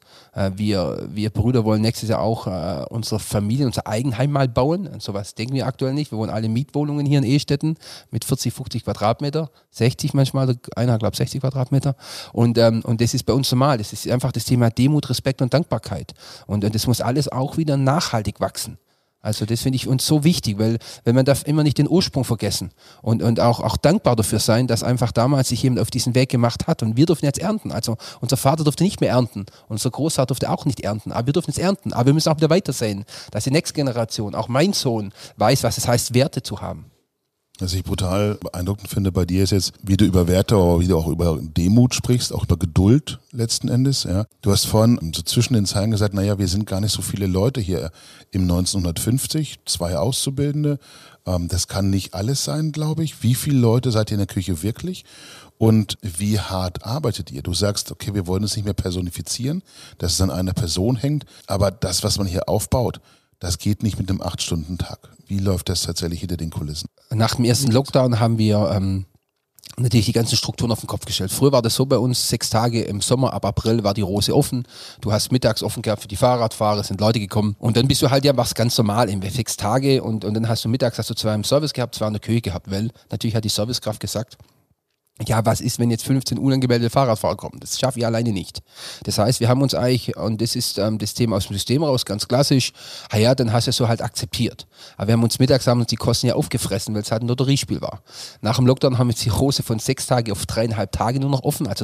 Wir Brüder wollen nächstes Jahr auch unsere Familie, unser Eigenheim mal bauen. An sowas denken wir aktuell nicht. Wir wohnen alle in Mietwohnungen hier in Ehestetten mit 40, 50 Quadratmeter, 60 manchmal, einer glaube 60 Quadratmeter. Und das ist bei uns normal. Das ist einfach das Thema Demut, Respekt und Dankbarkeit. Und das muss alles auch wieder nachhaltig wachsen. Also das finde ich uns so wichtig, weil man darf immer nicht den Ursprung vergessen und auch dankbar dafür sein, dass einfach damals sich jemand auf diesen Weg gemacht hat und wir dürfen jetzt ernten. Also unser Vater durfte nicht mehr ernten, unser Großvater durfte auch nicht ernten, aber wir dürfen jetzt ernten. Aber wir müssen auch wieder weitersehen, dass die nächste Generation, auch mein Sohn, weiß, was es heißt, Werte zu haben. Was ich brutal beeindruckend finde bei dir ist jetzt, wie du über Werte, aber wie du auch über Demut sprichst, auch über Geduld letzten Endes. Ja. Du hast vorhin so zwischen den Zeilen gesagt, naja, wir sind gar nicht so viele Leute hier im 1950, 2 Auszubildende. Das kann nicht alles sein, glaube ich. Wie viele Leute seid ihr in der Küche wirklich? Und wie hart arbeitet ihr? Du sagst, okay, wir wollen es nicht mehr personifizieren, dass es an einer Person hängt, aber das, was man hier aufbaut, das geht nicht mit einem 8-Stunden-Tag. Wie läuft das tatsächlich hinter den Kulissen? Nach dem ersten Lockdown haben wir natürlich die ganzen Strukturen auf den Kopf gestellt. Früher war das so bei uns, 6 Tage im Sommer, ab April war die Rose offen. Du hast mittags offen gehabt für die Fahrradfahrer, sind Leute gekommen. Und dann bist du halt, machst ganz normal, 6 Tage und dann hast du mittags 2 im Service gehabt, 2 in der Küche gehabt, weil natürlich hat die Servicekraft gesagt, ja, was ist, wenn jetzt 15 unangemeldete Fahrradfahrer kommen? Das schaffe ich alleine nicht. Das heißt, wir haben uns eigentlich, und das ist das Thema aus dem System raus, ganz klassisch, dann hast du es so halt akzeptiert. Aber wir haben uns mittags die Kosten ja aufgefressen, weil es halt ein Lotteriespiel war. Nach dem Lockdown haben wir jetzt die Rose von 6 Tage auf 3,5 Tage nur noch offen, also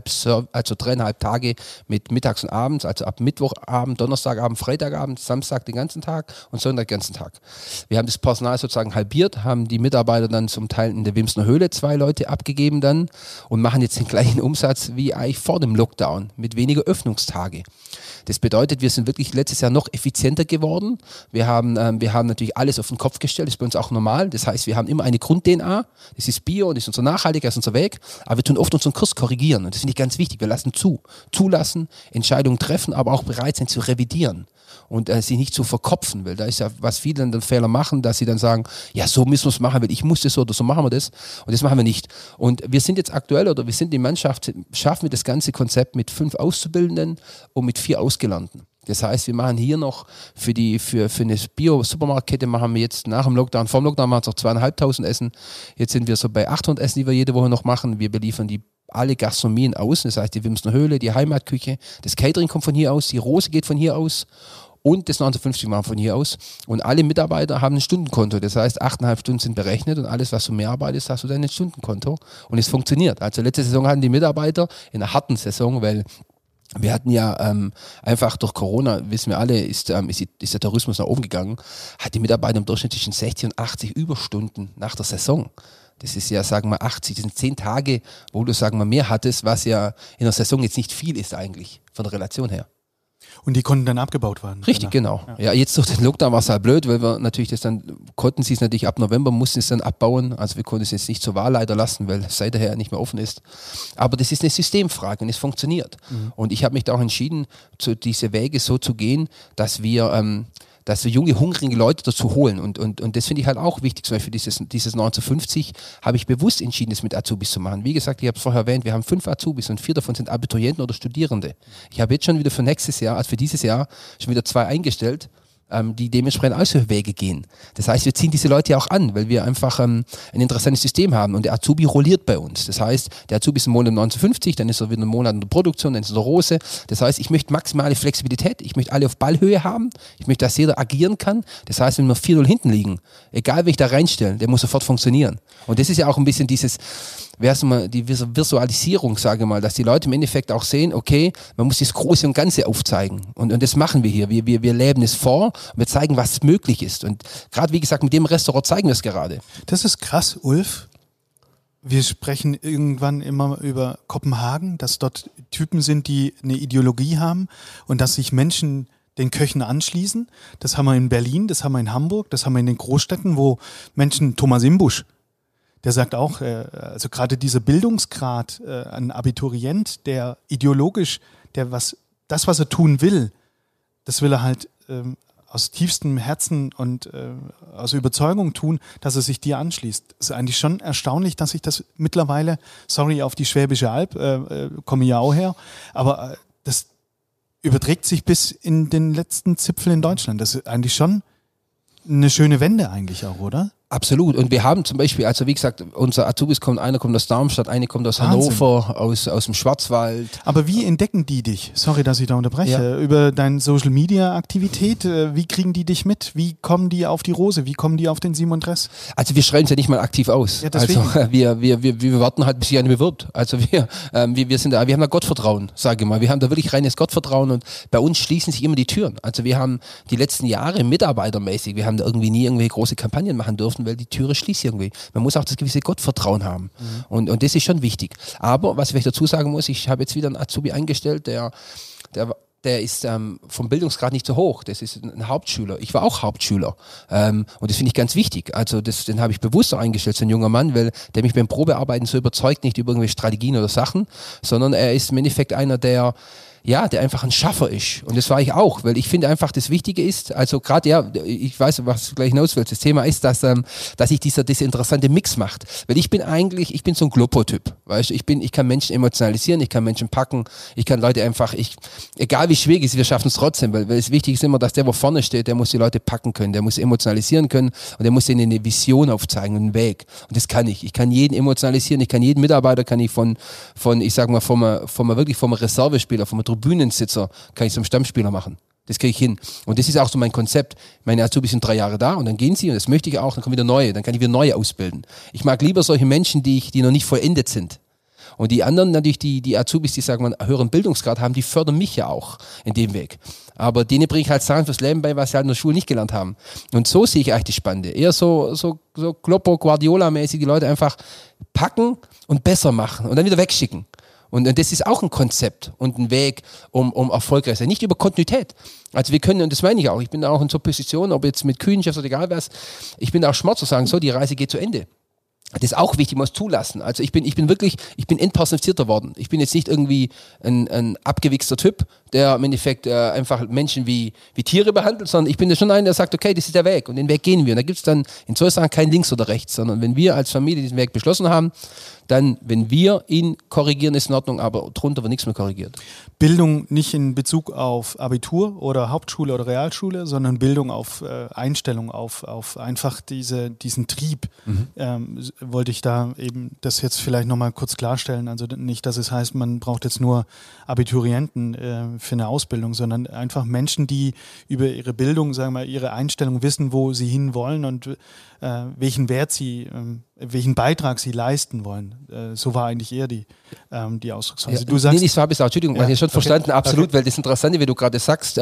3,5 Tage mit mittags und abends, also ab Mittwochabend, Donnerstagabend, Freitagabend, Samstag den ganzen Tag und Sonntag den ganzen Tag. Wir haben das Personal sozusagen halbiert, haben die Mitarbeiter dann zum Teil in der Wimsner Höhle 2 Leute abgegeben dann und machen jetzt den gleichen Umsatz wie eigentlich vor dem Lockdown mit weniger Öffnungstage. Das bedeutet, wir sind wirklich letztes Jahr noch effizienter geworden. Wir haben natürlich alles auf den Kopf gestellt, das ist bei uns auch normal. Das heißt, wir haben immer eine Grund-DNA, das ist Bio und das ist unser Nachhaltiger, das ist unser Weg, aber wir tun oft unseren Kurs korrigieren und das finde ich ganz wichtig. Wir lassen zulassen, Entscheidungen treffen, aber auch bereit sein zu revidieren. und sie nicht zu verkopfen, weil da ist ja, was viele dann Fehler machen, dass sie dann sagen, ja, so müssen wir es machen, weil ich muss das so oder so machen wir das und das machen wir nicht. Und wir sind jetzt aktuell oder wir sind die Mannschaft, schaffen wir das ganze Konzept mit 5 Auszubildenden und mit 4 Ausgelernten. Das heißt, wir machen hier noch für eine Bio-Supermarktkette machen wir jetzt nach dem Lockdown, vor dem Lockdown machen wir noch 2.500 Essen. Jetzt sind wir so bei 800 Essen, die wir jede Woche noch machen. Wir beliefern alle Gastronomien aus. Das heißt, die Wimsner Höhle, die Heimatküche, das Catering kommt von hier aus, die Rose geht von hier aus und das 1950 machen von hier aus. Und alle Mitarbeiter haben ein Stundenkonto. Das heißt, 8,5 Stunden sind berechnet und alles, was du mehr arbeitest, hast du dann ein Stundenkonto. Und es funktioniert. Also letzte Saison hatten die Mitarbeiter in einer harten Saison, weil wir hatten ja einfach durch Corona, wissen wir alle, ist der Tourismus nach oben gegangen, hat die Mitarbeiter im Durchschnitt zwischen 60 und 80 Überstunden nach der Saison. Das ist ja, sagen wir, 80, das sind 10 Tage, wo du, sagen wir, mehr hattest, was ja in der Saison jetzt nicht viel ist eigentlich, von der Relation her. Und die konnten dann abgebaut werden. Richtig, genau. Ja, jetzt durch den Lockdown war es halt blöd, weil wir natürlich das dann, konnten sie es natürlich ab November, mussten es dann abbauen. Also wir konnten es jetzt nicht zur Wahl leider lassen, weil es seither nicht mehr offen ist. Aber das ist eine Systemfrage und es funktioniert. Und ich habe mich da auch entschieden, diese Wege so zu gehen, dass wir junge, hungrige Leute dazu holen. Und das finde ich halt auch wichtig. Zum Beispiel dieses 1950 habe ich bewusst entschieden, das mit Azubis zu machen. Wie gesagt, ich habe es vorher erwähnt, wir haben 5 Azubis und 4 davon sind Abiturienten oder Studierende. Ich habe jetzt schon wieder für nächstes Jahr, also für dieses Jahr, schon wieder 2 eingestellt, die dementsprechend Auswege gehen. Das heißt, wir ziehen diese Leute auch an, weil wir einfach ein interessantes System haben und der Azubi rolliert bei uns. Das heißt, der Azubi ist im Monat 1950, dann ist er wieder einen Monat in der Produktion, dann ist er in der Rose. Das heißt, ich möchte maximale Flexibilität, ich möchte alle auf Ballhöhe haben, ich möchte, dass jeder agieren kann. Das heißt, wenn wir 4-0 hinten liegen, egal wen ich da reinstelle, der muss sofort funktionieren. Und das ist ja auch ein bisschen die Visualisierung, sage ich mal, dass die Leute im Endeffekt auch sehen, okay, man muss das Große und Ganze aufzeigen. Und das machen wir hier. Wir leben es vor und wir zeigen, was möglich ist. Und gerade, wie gesagt, mit dem Restaurant zeigen wir es gerade. Das ist krass, Ulf. Wir sprechen irgendwann immer über Kopenhagen, dass dort Typen sind, die eine Ideologie haben und dass sich Menschen den Köchen anschließen. Das haben wir in Berlin, das haben wir in Hamburg, das haben wir in den Großstädten, wo Menschen, Thomas Imbusch, der sagt auch, also gerade dieser Bildungsgrad, ein Abiturient, der ideologisch, was er tun will, das will er halt aus tiefstem Herzen und aus Überzeugung tun, dass er sich dir anschließt. Es ist eigentlich schon erstaunlich, dass sich das mittlerweile, sorry, auf die Schwäbische Alb, komme ja auch her, aber das überträgt sich bis in den letzten Zipfel in Deutschland. Das ist eigentlich schon eine schöne Wende eigentlich auch, oder? Absolut. Und wir haben zum Beispiel, also wie gesagt, unser Azubis einer kommt aus Darmstadt, eine kommt aus Hannover, aus dem Schwarzwald. Aber wie entdecken die dich? Sorry, dass ich da unterbreche. Ja. Über deine Social-Media-Aktivität, wie kriegen die dich mit? Wie kommen die auf die Rose? Wie kommen die auf den Simon Dress? Also wir schreiben es ja nicht mal aktiv aus. Ja, also wir warten halt, bis sich einer bewirbt. Also wir haben da Gottvertrauen, sage ich mal. Wir haben da wirklich reines Gottvertrauen und bei uns schließen sich immer die Türen. Also wir haben die letzten Jahre mitarbeitermäßig, wir haben da irgendwie nie irgendwelche große Kampagnen machen dürfen, weil die Türe schließt irgendwie. Man muss auch das gewisse Gottvertrauen haben. Und das ist schon wichtig. Aber was ich dazu sagen muss, ich habe jetzt wieder einen Azubi eingestellt, der ist vom Bildungsgrad nicht so hoch. Das ist ein Hauptschüler. Ich war auch Hauptschüler. Und das finde ich ganz wichtig. Also den habe ich bewusst eingestellt, so ein junger Mann, weil der mich beim Probearbeiten so überzeugt, nicht über irgendwelche Strategien oder Sachen, sondern er ist im Endeffekt einer, der einfach ein Schaffer ist. Und das war ich auch, weil ich finde einfach, das Wichtige ist, also gerade, ich weiß, was du gleich hinaus willst, das Thema ist, dass sich dieser interessante Mix macht. Weil ich bin so ein Glopo-Typ, weißt du, ich kann Menschen emotionalisieren, ich kann Menschen packen, ich kann Leute einfach, egal wie schwierig es ist, wir schaffen es trotzdem, weil es wichtig ist immer, dass der, wo vorne steht, der muss die Leute packen können, der muss emotionalisieren können und der muss ihnen eine Vision aufzeigen und einen Weg. Und das kann ich. Ich kann jeden emotionalisieren, ich kann jeden Mitarbeiter, vom Reservespieler, vom Tribünensitzer kann ich zum Stammspieler machen. Das kriege ich hin. Und das ist auch so mein Konzept. Meine Azubis sind 3 Jahre da und dann gehen sie und das möchte ich auch, dann kommen wieder neue, dann kann ich wieder neue ausbilden. Ich mag lieber solche Menschen, die noch nicht vollendet sind. Und die anderen, natürlich die Azubis, die sagen wir, einen höheren Bildungsgrad haben, die fördern mich ja auch in dem Weg. Aber denen bringe ich halt Sachen fürs Leben bei, was sie halt in der Schule nicht gelernt haben. Und so sehe ich eigentlich das Spannende. Eher so Kloppo, Guardiola-mäßig die Leute einfach packen und besser machen und dann wieder wegschicken. Und das ist auch ein Konzept und ein Weg, um erfolgreich zu sein. Nicht über Kontinuität. Also wir können, und das meine ich auch, ich bin auch in so einer Position, ob jetzt mit Kühnchefs oder egal was, ich bin auch schmerz zu sagen, so, die Reise geht zu Ende. Das ist auch wichtig, man muss zulassen. Also ich bin entpersonifizierter worden. Ich bin jetzt nicht irgendwie ein abgewichster Typ, der im Endeffekt einfach Menschen wie Tiere behandelt, sondern ich bin ja schon einer, der sagt, okay, das ist der Weg und den Weg gehen wir. Und da gibt es dann in solchen Sachen kein Links oder Rechts, sondern wenn wir als Familie diesen Weg beschlossen haben, dann, wenn wir ihn korrigieren, ist in Ordnung, aber drunter wird nichts mehr korrigiert. Bildung nicht in Bezug auf Abitur oder Hauptschule oder Realschule, sondern Bildung auf Einstellung, auf einfach diesen Trieb. Wollte ich da eben das jetzt vielleicht nochmal kurz klarstellen. Also nicht, dass es heißt, man braucht jetzt nur Abiturienten für eine Ausbildung, sondern einfach Menschen, die über ihre Bildung, sagen wir mal, ihre Einstellung wissen, wo sie hinwollen und welchen Wert sie, welchen Beitrag sie leisten wollen. So war eigentlich eher die Ausdrucksweise. Ja, du sagst, nicht so habe ich es auch, Entschuldigung, ja, ich schon verstanden, absolut, weil das Interessante, wie du gerade sagst,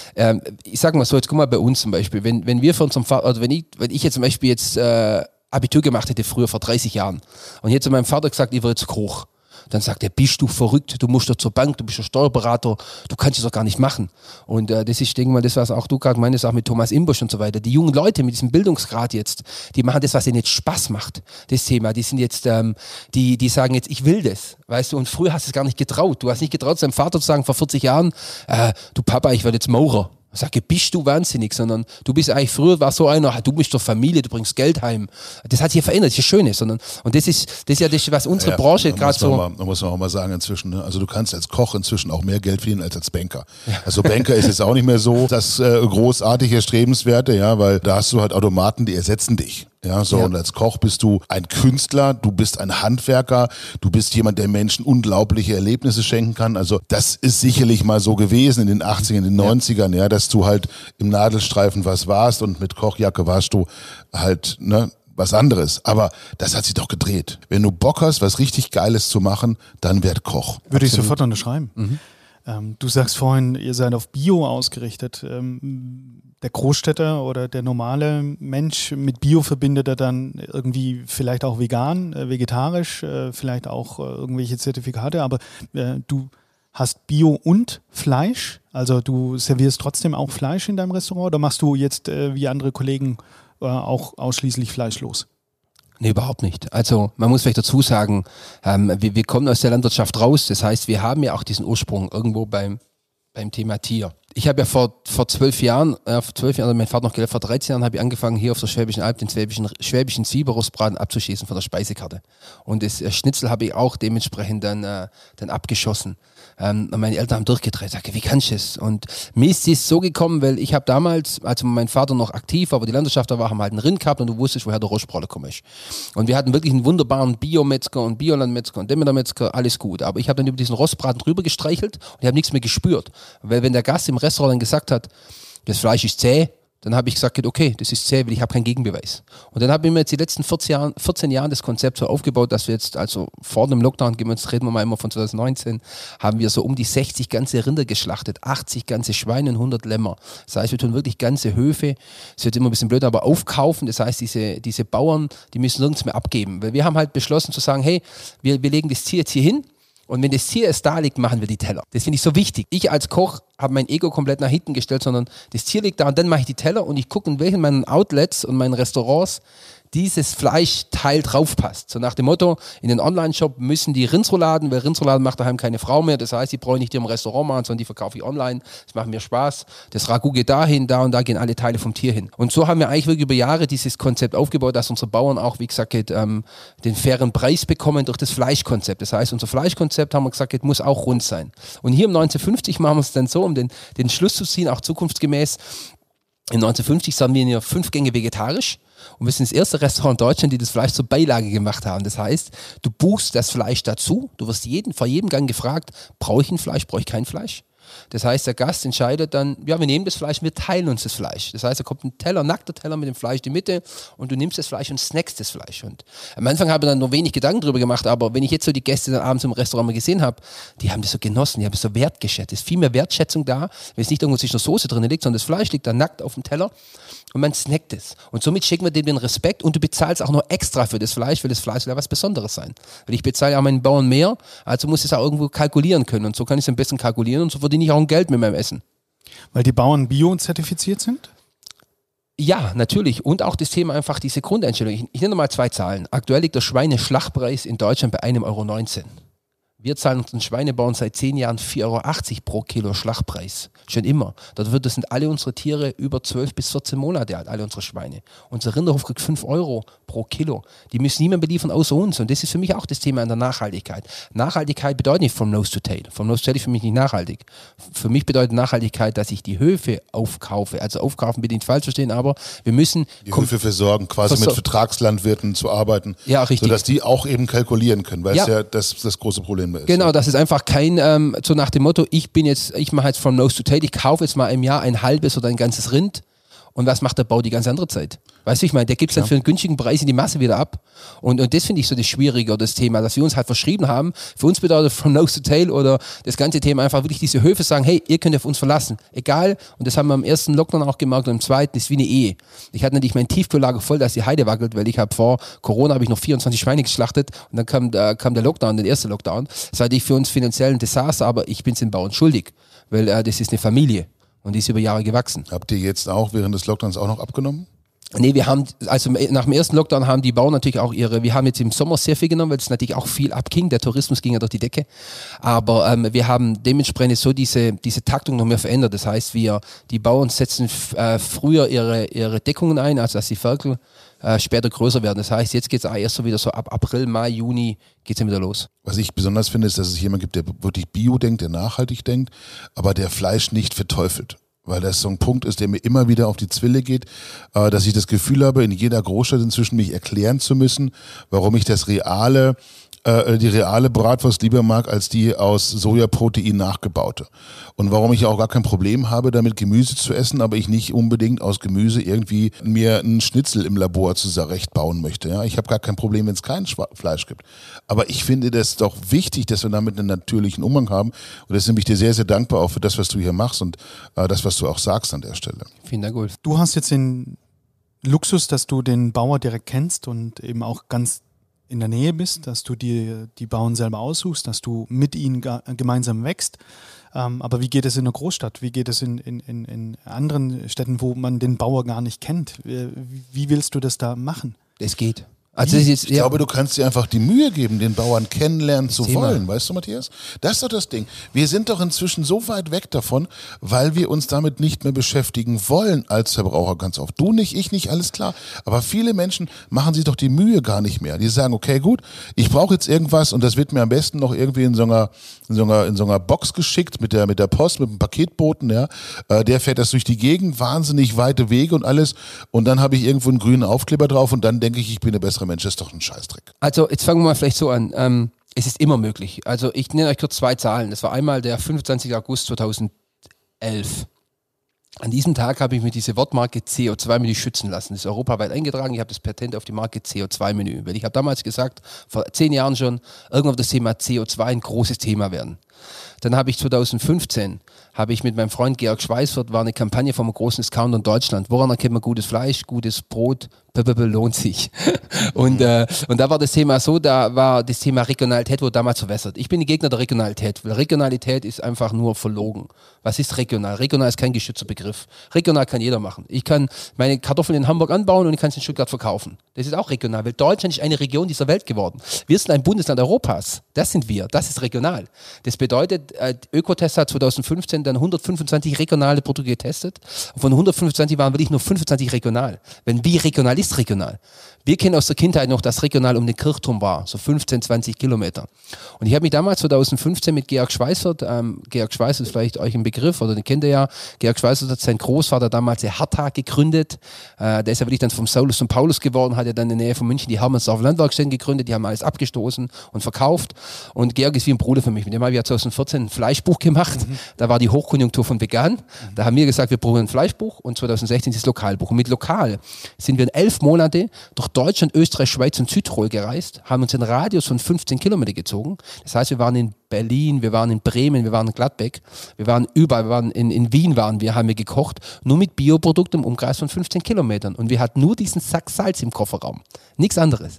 ich sage mal so, jetzt guck mal bei uns zum Beispiel, wenn wir für unseren Vater, oder wenn ich jetzt zum Beispiel Abitur gemacht hätte früher vor 30 Jahren und jetzt zu meinem Vater gesagt, ich will jetzt Koch. Dann sagt er, bist du verrückt, du musst doch zur Bank, du bist ja Steuerberater, du kannst das doch gar nicht machen. Und das ist, ich denke mal, das, was auch du gerade meinst, auch mit Thomas Imbusch und so weiter. Die jungen Leute mit diesem Bildungsgrad jetzt, die machen das, was ihnen jetzt Spaß macht, das Thema. Die sind jetzt, die sagen jetzt, ich will das, weißt du, und früher hast du es gar nicht getraut. Du hast nicht getraut, seinem Vater zu sagen, vor 40 Jahren, du Papa, ich werde jetzt Maurer. Ich sage, bist du wahnsinnig, sondern du bist eigentlich, früher war so einer, du bist doch Familie, du bringst Geld heim. Das hat sich ja verändert, das ist das Schöne, und das ist ja das, was unsere Branche gerade so... Da muss man auch mal sagen inzwischen, ne? Also du kannst als Koch inzwischen auch mehr Geld verdienen als Banker. Ja. Also Banker ist jetzt auch nicht mehr so das großartige Strebenswerte, ja, weil da hast du halt Automaten, die ersetzen dich. Ja, so, ja. Und als Koch bist du ein Künstler, du bist ein Handwerker, du bist jemand, der Menschen unglaubliche Erlebnisse schenken kann. Also das ist sicherlich mal so gewesen in den 80ern, in den 90ern, ja, dass du halt im Nadelstreifen was warst und mit Kochjacke warst du halt, ne, was anderes. Aber das hat sich doch gedreht. Wenn du Bock hast, was richtig Geiles zu machen, dann werd Koch. Würde ich sofort unterschreiben. Mhm. Du sagst vorhin, ihr seid auf Bio ausgerichtet. Der Großstädter oder der normale Mensch mit Bio verbindet er dann irgendwie vielleicht auch vegan, vegetarisch, vielleicht auch irgendwelche Zertifikate, aber du hast Bio und Fleisch, also du servierst trotzdem auch Fleisch in deinem Restaurant oder machst du jetzt wie andere Kollegen auch ausschließlich fleischlos? Nee, überhaupt nicht. Also man muss vielleicht dazu sagen, wir kommen aus der Landwirtschaft raus, das heißt, wir haben ja auch diesen Ursprung irgendwo beim Thema Tier. Ich habe ja vor 12 Jahren, mein Vater noch gelebt, vor 13 Jahren habe ich angefangen, hier auf der Schwäbischen Alb den schwäbischen Zwieberrostbraten abzuschießen von der Speisekarte. Und das Schnitzel habe ich auch dementsprechend dann abgeschossen. Und meine Eltern haben durchgedreht, sagte, wie kannst du das? Und mir ist es so gekommen, weil ich habe damals, als mein Vater noch aktiv war, aber die Landwirtschaft da war, haben halt einen Rind gehabt und du wusstest, woher der Rostbraten kommt. Und wir hatten wirklich einen wunderbaren Biometzger und Biolandmetzger und Demetermetzger, alles gut. Aber ich habe dann über diesen Rostbraten drüber gestreichelt und ich habe nichts mehr gespürt. Weil wenn der Gast im Restaurant dann gesagt hat, das Fleisch ist zäh, dann habe ich gesagt, okay, das ist zäh, weil ich habe keinen Gegenbeweis. Und dann habe ich mir jetzt die letzten 14 Jahren das Konzept so aufgebaut, dass wir jetzt, also vor dem Lockdown, reden wir mal immer von 2019, haben wir so um die 60 ganze Rinder geschlachtet, 80 ganze Schweine und 100 Lämmer. Das heißt, wir tun wirklich ganze Höfe, es wird immer ein bisschen blöd, aber aufkaufen. Das heißt, diese Bauern, die müssen nirgends mehr abgeben. Weil wir haben halt beschlossen zu sagen, hey, wir legen das Tier jetzt hier hin. Und wenn das Tier erst da liegt, machen wir die Teller. Das finde ich so wichtig. Ich als Koch habe mein Ego komplett nach hinten gestellt, sondern das Tier liegt da und dann mache ich die Teller und ich gucke, in welchen meinen Outlets und meinen Restaurants dieses Fleischteil draufpasst. So nach dem Motto, in den Online-Shop müssen die Rindsrouladen, weil Rindsrouladen macht daheim keine Frau mehr, das heißt, die brauche ich nicht im Restaurant machen, sondern die verkaufe ich online, das macht mir Spaß. Das Ragout geht dahin, da und da gehen alle Teile vom Tier hin. Und so haben wir eigentlich wirklich über Jahre dieses Konzept aufgebaut, dass unsere Bauern auch, wie gesagt, den fairen Preis bekommen durch das Fleischkonzept. Das heißt, unser Fleischkonzept, haben wir gesagt, muss auch rund sein. Und hier im 1950 machen wir es dann so, um den Schluss zu ziehen, auch zukunftsgemäß. Im 1950 sagen wir hier 5 Gänge vegetarisch. Und wir sind das erste Restaurant in Deutschland, die das Fleisch zur Beilage gemacht haben. Das heißt, du buchst das Fleisch dazu, du wirst vor jedem Gang gefragt, brauche ich ein Fleisch, brauche ich kein Fleisch? Das heißt, der Gast entscheidet dann, ja, wir nehmen das Fleisch, wir teilen uns das Fleisch. Das heißt, da kommt ein Teller, nackter Teller mit dem Fleisch in die Mitte und du nimmst das Fleisch und snackst das Fleisch. Und am Anfang habe ich dann noch wenig Gedanken drüber gemacht, aber wenn ich jetzt so die Gäste dann abends im Restaurant mal gesehen habe, die haben das so genossen, die haben es so wertgeschätzt. Es ist viel mehr Wertschätzung da, wenn es nicht irgendwo zwischen der Soße drin liegt, sondern das Fleisch liegt da nackt auf dem Teller und man snackt es. Und somit schicken wir dem den Respekt und du bezahlst auch noch extra für das Fleisch, weil das Fleisch soll ja was Besonderes sein. Weil ich bezahle ja meinen Bauern mehr, also muss ich es auch irgendwo kalkulieren können. Und so kann ich es am besten kalkulieren und so verdiene ich auch ein Geld mit meinem Essen. Weil die Bauern bio-zertifiziert sind? Ja, natürlich. Und auch das Thema einfach diese Grundeinstellung. Ich nenne mal 2 Zahlen. Aktuell liegt der Schweineschlachtpreis in Deutschland bei 1,19 €. Wir zahlen unseren Schweinebauern seit 10 Jahren 4,80 € pro Kilo Schlachtpreis. Schon immer. Das sind alle unsere Tiere über 12 bis 14 Monate alt, alle unsere Schweine. Unser Rinderhof kriegt 5 € pro Kilo. Die müssen niemand beliefern außer uns. Und das ist für mich auch das Thema an der Nachhaltigkeit. Nachhaltigkeit bedeutet nicht from nose to tail. From nose to tail ist für mich nicht nachhaltig. Für mich bedeutet Nachhaltigkeit, dass ich die Höfe aufkaufe. Also aufkaufen bitte nicht falsch verstehen, aber wir müssen die Höfe versorgen, quasi mit Vertragslandwirten zu arbeiten, ja, richtig, sodass die auch eben kalkulieren können, weil es ja das große Problem ist. Genau, das ist einfach kein, so nach dem Motto, ich mache jetzt from nose to tail, ich kaufe jetzt mal im Jahr ein halbes oder ein ganzes Rind und was macht der Bau die ganze andere Zeit? Weißt du, ich meine, der gibt es dann für einen günstigen Preis in die Masse wieder ab und das finde ich so das Schwierige oder das Thema, dass wir uns halt verschrieben haben. Für uns bedeutet from nose to tail oder das ganze Thema einfach wirklich diese Höfe sagen, hey, ihr könnt auf uns verlassen, egal, und das haben wir im ersten Lockdown auch gemerkt und im zweiten ist wie eine Ehe. Ich hatte natürlich mein Tiefkühllager voll, dass die Heide wackelt, weil ich habe vor Corona habe ich noch 24 Schweine geschlachtet und dann kam der Lockdown, der erste Lockdown. Das war natürlich für uns finanziell ein Desaster, aber ich bin es den Bauern schuldig, weil das ist eine Familie. Und die ist über Jahre gewachsen. Habt ihr jetzt auch während des Lockdowns auch noch abgenommen? Nee, wir haben, also nach dem ersten Lockdown haben die Bauern natürlich auch wir haben jetzt im Sommer sehr viel genommen, weil es natürlich auch viel abging, der Tourismus ging ja durch die Decke, aber wir haben dementsprechend so diese Taktung noch mehr verändert, das heißt die Bauern setzen früher ihre Deckungen ein, also dass die Ferkel später größer werden, das heißt jetzt geht es erst so wieder so ab April, Mai, Juni geht es dann wieder los. Was ich besonders finde, ist, dass es jemanden gibt, der wirklich bio denkt, der nachhaltig denkt, aber der Fleisch nicht verteufelt. Weil das so ein Punkt ist, der mir immer wieder auf die Zwille geht, dass ich das Gefühl habe, in jeder Großstadt inzwischen mich erklären zu müssen, warum ich die reale Bratwurst lieber mag als die aus Sojaprotein nachgebaute. Und warum ich auch gar kein Problem habe, damit Gemüse zu essen, aber ich nicht unbedingt aus Gemüse irgendwie mir einen Schnitzel im Labor zurecht bauen möchte. Ja? Ich habe gar kein Problem, wenn es kein Fleisch gibt. Aber ich finde das doch wichtig, dass wir damit einen natürlichen Umgang haben. Und deswegen bin ich dir sehr, sehr dankbar auch für das, was du hier machst und das, was du auch sagst an der Stelle. Vielen Dank, Ulf. Du hast jetzt den Luxus, dass du den Bauer direkt kennst und eben auch ganz in der Nähe bist, dass du dir die Bauern selber aussuchst, dass du mit ihnen gemeinsam wächst. Aber wie geht es in einer Großstadt? Wie geht es in anderen Städten, wo man den Bauer gar nicht kennt? Wie willst du das da machen? Es geht. Also ich glaube, du kannst dir einfach die Mühe geben, den Bauern kennenlernen zu wollen. Weißt du, Matthias? Das ist doch das Ding. Wir sind doch inzwischen so weit weg davon, weil wir uns damit nicht mehr beschäftigen wollen als Verbraucher ganz oft. Du nicht, ich nicht, alles klar. Aber viele Menschen machen sich doch die Mühe gar nicht mehr. Die sagen, okay, gut, ich brauche jetzt irgendwas und das wird mir am besten noch irgendwie in so einer Box geschickt mit der Post, mit dem Paketboten, ja. Der fährt das durch die Gegend, wahnsinnig weite Wege und alles. Und dann habe ich irgendwo einen grünen Aufkleber drauf und dann denke ich bin eine bessere Mensch, das ist doch ein Scheißdreck. Also jetzt fangen wir mal vielleicht so an. Es ist immer möglich. Also ich nenne euch kurz 2 Zahlen. Das war einmal der 25. August 2011. An diesem Tag habe ich mir diese Wortmarke CO2-Menü schützen lassen. Das ist europaweit eingetragen. Ich habe das Patent auf die Marke CO2-Menü. Weil ich habe damals gesagt, vor 10 Jahren schon, irgendwann wird das Thema CO2 ein großes Thema werden. Dann habe ich 2015 mit meinem Freund Georg Schweißfurt, war eine Kampagne vom großen Discounter in Deutschland. Woran erkennt man gutes Fleisch, gutes Brot? Lohnt sich. Und da war das Thema so, da war das Thema Regionalität wurde damals verwässert. Ich bin ein Gegner der Regionalität, weil Regionalität ist einfach nur verlogen. Was ist regional? Regional ist kein geschützter Begriff. Regional kann jeder machen. Ich kann meine Kartoffeln in Hamburg anbauen und ich kann sie in Stuttgart verkaufen. Das ist auch regional, weil Deutschland ist eine Region dieser Welt geworden. Wir sind ein Bundesland Europas. Das sind wir. Das ist regional. Das bedeutet, Ökotest hat 2015 dann 125 regionale Produkte getestet. Und von 125 waren wirklich nur 25 regional. Wenn wie regional ist regional. Wir kennen aus der Kindheit noch, dass regional um den Kirchturm war, so 15, 20 Kilometer. Und ich habe mich damals 2015 mit Georg Schweißfurt, Georg Schweißfurt ist vielleicht euch ein Begriff, oder den kennt ihr ja, Georg Schweißfurt hat sein Großvater damals der Hertha gegründet, der ist ja wirklich dann vom Saulus zum Paulus geworden, hat ja dann in der Nähe von München die Hermannsdorfer Landwerkstätten gegründet, die haben alles abgestoßen und verkauft und Georg ist wie ein Bruder für mich, mit dem habe ich ja 2014 ein Fleischbuch gemacht, da war die Hochkonjunktur von vegan, da haben wir gesagt, wir brauchen ein Fleischbuch und 2016 das Lokalbuch und mit Lokal sind wir in 11 Monate durch Deutschland, Österreich, Schweiz und Südtirol gereist, haben uns einen Radius von 15 Kilometer gezogen. Das heißt, wir waren in Berlin, wir waren in Bremen, wir waren in Gladbeck, wir waren überall, wir waren in Wien haben wir gekocht, nur mit Bioprodukten im Umkreis von 15 Kilometern. Und wir hatten nur diesen Sack Salz im Kofferraum. Nichts anderes.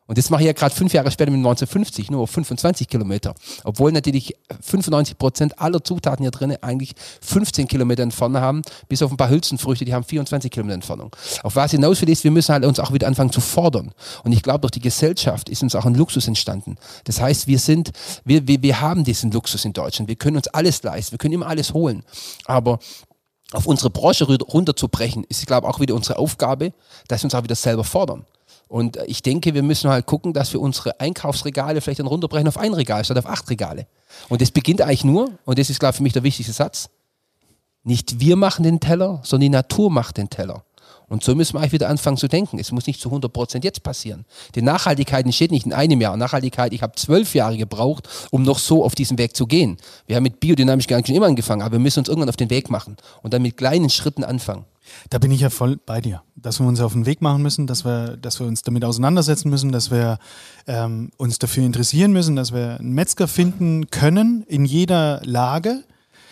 Und das mache ich ja gerade 5 Jahre später mit 1950, nur auf 25 Kilometer. Obwohl natürlich 95% aller Zutaten hier drin eigentlich 15 Kilometer Entfernung haben, bis auf ein paar Hülsenfrüchte, die haben 24 Kilometer Entfernung. Auf was hinaus will ist, wir müssen halt uns auch wieder anfangen zu fordern. Und ich glaube, durch die Gesellschaft ist uns auch ein Luxus entstanden. Das heißt, wir haben diesen Luxus in Deutschland. Wir können uns alles leisten, wir können immer alles holen. Aber auf unsere Branche runterzubrechen, ist, glaube ich, auch wieder unsere Aufgabe, dass wir uns auch wieder selber fordern. Und ich denke, wir müssen halt gucken, dass wir unsere Einkaufsregale vielleicht dann runterbrechen auf 1 Regal statt auf 8 Regale. Und das beginnt eigentlich nur, und das ist, glaube ich, für mich der wichtigste Satz, nicht wir machen den Teller, sondern die Natur macht den Teller. Und so müssen wir eigentlich wieder anfangen zu denken. Es muss nicht zu 100% jetzt passieren. Die Nachhaltigkeit entsteht nicht in einem Jahr. Nachhaltigkeit, ich habe 12 Jahre gebraucht, um noch so auf diesen Weg zu gehen. Wir haben mit biodynamisch gar nicht schon immer angefangen, aber wir müssen uns irgendwann auf den Weg machen und dann mit kleinen Schritten anfangen. Da bin ich ja voll bei dir, dass wir uns auf den Weg machen müssen, dass wir uns damit auseinandersetzen müssen, dass wir uns dafür interessieren müssen, dass wir einen Metzger finden können in jeder Lage.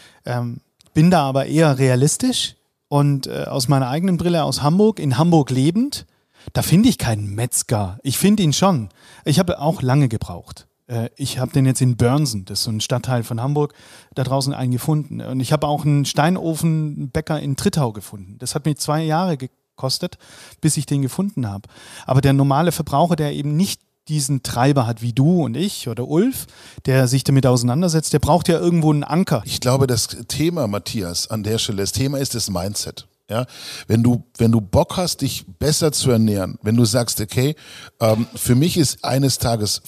Bin da aber eher realistisch und aus meiner eigenen Brille aus Hamburg, in Hamburg lebend, da finde ich keinen Metzger. Ich finde ihn schon. Ich habe auch lange gebraucht. Ich habe den jetzt in Börnsen, das ist so ein Stadtteil von Hamburg, da draußen einen gefunden. Und ich habe auch einen Steinofenbäcker in Trittau gefunden. Das hat mir 2 Jahre gekostet, bis ich den gefunden habe. Aber der normale Verbraucher, der eben nicht diesen Treiber hat wie du und ich oder Ulf, der sich damit auseinandersetzt, der braucht ja irgendwo einen Anker. Ich glaube, das Thema, Matthias, an der Stelle, das Thema ist das Mindset. Ja, wenn du Bock hast, dich besser zu ernähren, wenn du sagst, okay, für mich ist eines Tages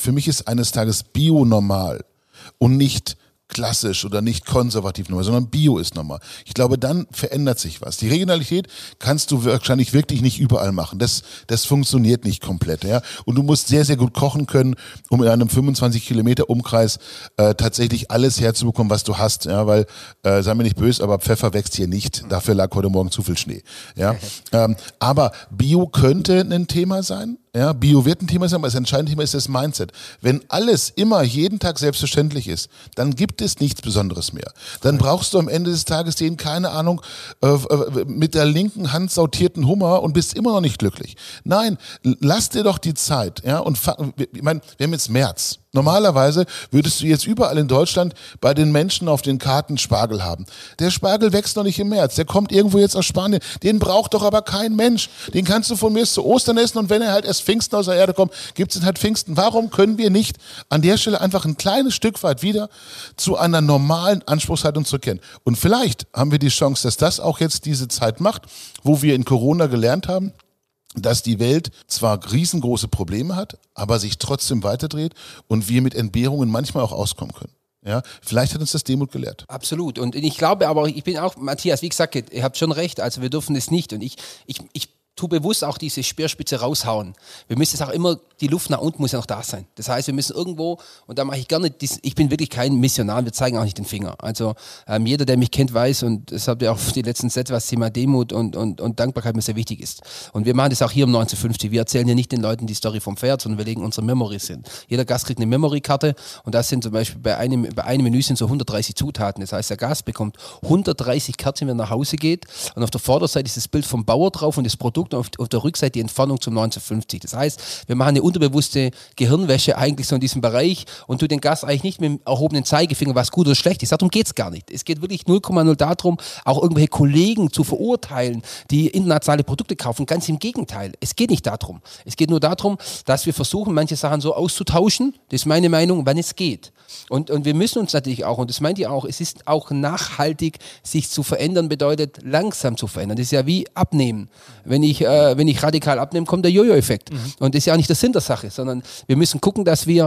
Bio normal und nicht klassisch oder nicht konservativ normal, sondern Bio ist normal. Ich glaube, dann verändert sich was. Die Regionalität kannst du wahrscheinlich wirklich nicht überall machen. Das funktioniert nicht komplett. Ja? Und du musst sehr, sehr gut kochen können, um in einem 25 Kilometer Umkreis tatsächlich alles herzubekommen, was du hast. Ja? Weil, sei mir nicht böse, aber Pfeffer wächst hier nicht. Dafür lag heute Morgen zu viel Schnee. Ja? Aber Bio könnte ein Thema sein. Ja, Bio wird ein Thema sein, aber das entscheidende Thema ist das Mindset. Wenn alles immer jeden Tag selbstverständlich ist, dann gibt es nichts Besonderes mehr. Dann brauchst du am Ende des Tages den, keine Ahnung, mit der linken Hand sautierten Hummer und bist immer noch nicht glücklich. Nein, lass dir doch die Zeit. Ja, und ich meine, wir haben jetzt März. Normalerweise würdest du jetzt überall in Deutschland bei den Menschen auf den Karten Spargel haben. Der Spargel wächst noch nicht im März, der kommt irgendwo jetzt aus Spanien. Den braucht doch aber kein Mensch. Den kannst du von mir zu Ostern essen und wenn er halt erst Pfingsten aus der Erde kommt, gibt es halt Pfingsten. Warum können wir nicht an der Stelle einfach ein kleines Stück weit wieder zu einer normalen Anspruchshaltung zurückkehren? Und vielleicht haben wir die Chance, dass das auch jetzt diese Zeit macht, wo wir in Corona gelernt haben, dass die Welt zwar riesengroße Probleme hat, aber sich trotzdem weiterdreht und wir mit Entbehrungen manchmal auch auskommen können. Ja, vielleicht hat uns das Demut gelehrt. Absolut. Und ich glaube aber, ich bin auch, Matthias, wie gesagt, ihr habt schon recht, also wir dürfen es nicht. Und ich tu bewusst auch diese Speerspitze raushauen. Wir müssen es auch immer, die Luft nach unten muss ja noch da sein. Das heißt, wir müssen irgendwo, und da mache ich gerne, ich bin wirklich kein Missionar, wir zeigen auch nicht den Finger. Also jeder, der mich kennt, weiß, und das habt ihr auch die letzten Sätze, was Thema Demut und Dankbarkeit mir sehr wichtig ist. Und wir machen das auch hier um 1950. Wir erzählen ja nicht den Leuten die Story vom Pferd, sondern wir legen unsere Memories hin. Jeder Gast kriegt eine Memory-Karte und das sind zum Beispiel bei einem Menü sind so 130 Zutaten. Das heißt, der Gast bekommt 130 Karten, wenn er nach Hause geht, und auf der Vorderseite ist das Bild vom Bauer drauf und das Produkt, und auf der Rückseite die Entfernung zum 1950. Das heißt, wir machen eine unterbewusste Gehirnwäsche eigentlich so in diesem Bereich und du den Gast eigentlich nicht mit dem erhobenen Zeigefinger, was gut oder schlecht ist. Darum geht es gar nicht. Es geht wirklich 0,0 darum, auch irgendwelche Kollegen zu verurteilen, die internationale Produkte kaufen. Ganz im Gegenteil. Es geht nicht darum. Es geht nur darum, dass wir versuchen, manche Sachen so auszutauschen. Das ist meine Meinung, wann es geht. Und wir müssen uns natürlich auch, und das meint ihr auch, es ist auch nachhaltig, sich zu verändern, bedeutet langsam zu verändern. Das ist ja wie abnehmen. Wenn ich radikal abnehme, kommt der Jojo-Effekt. Und das ist ja auch nicht der Sinn der Sache, sondern wir müssen gucken, dass wir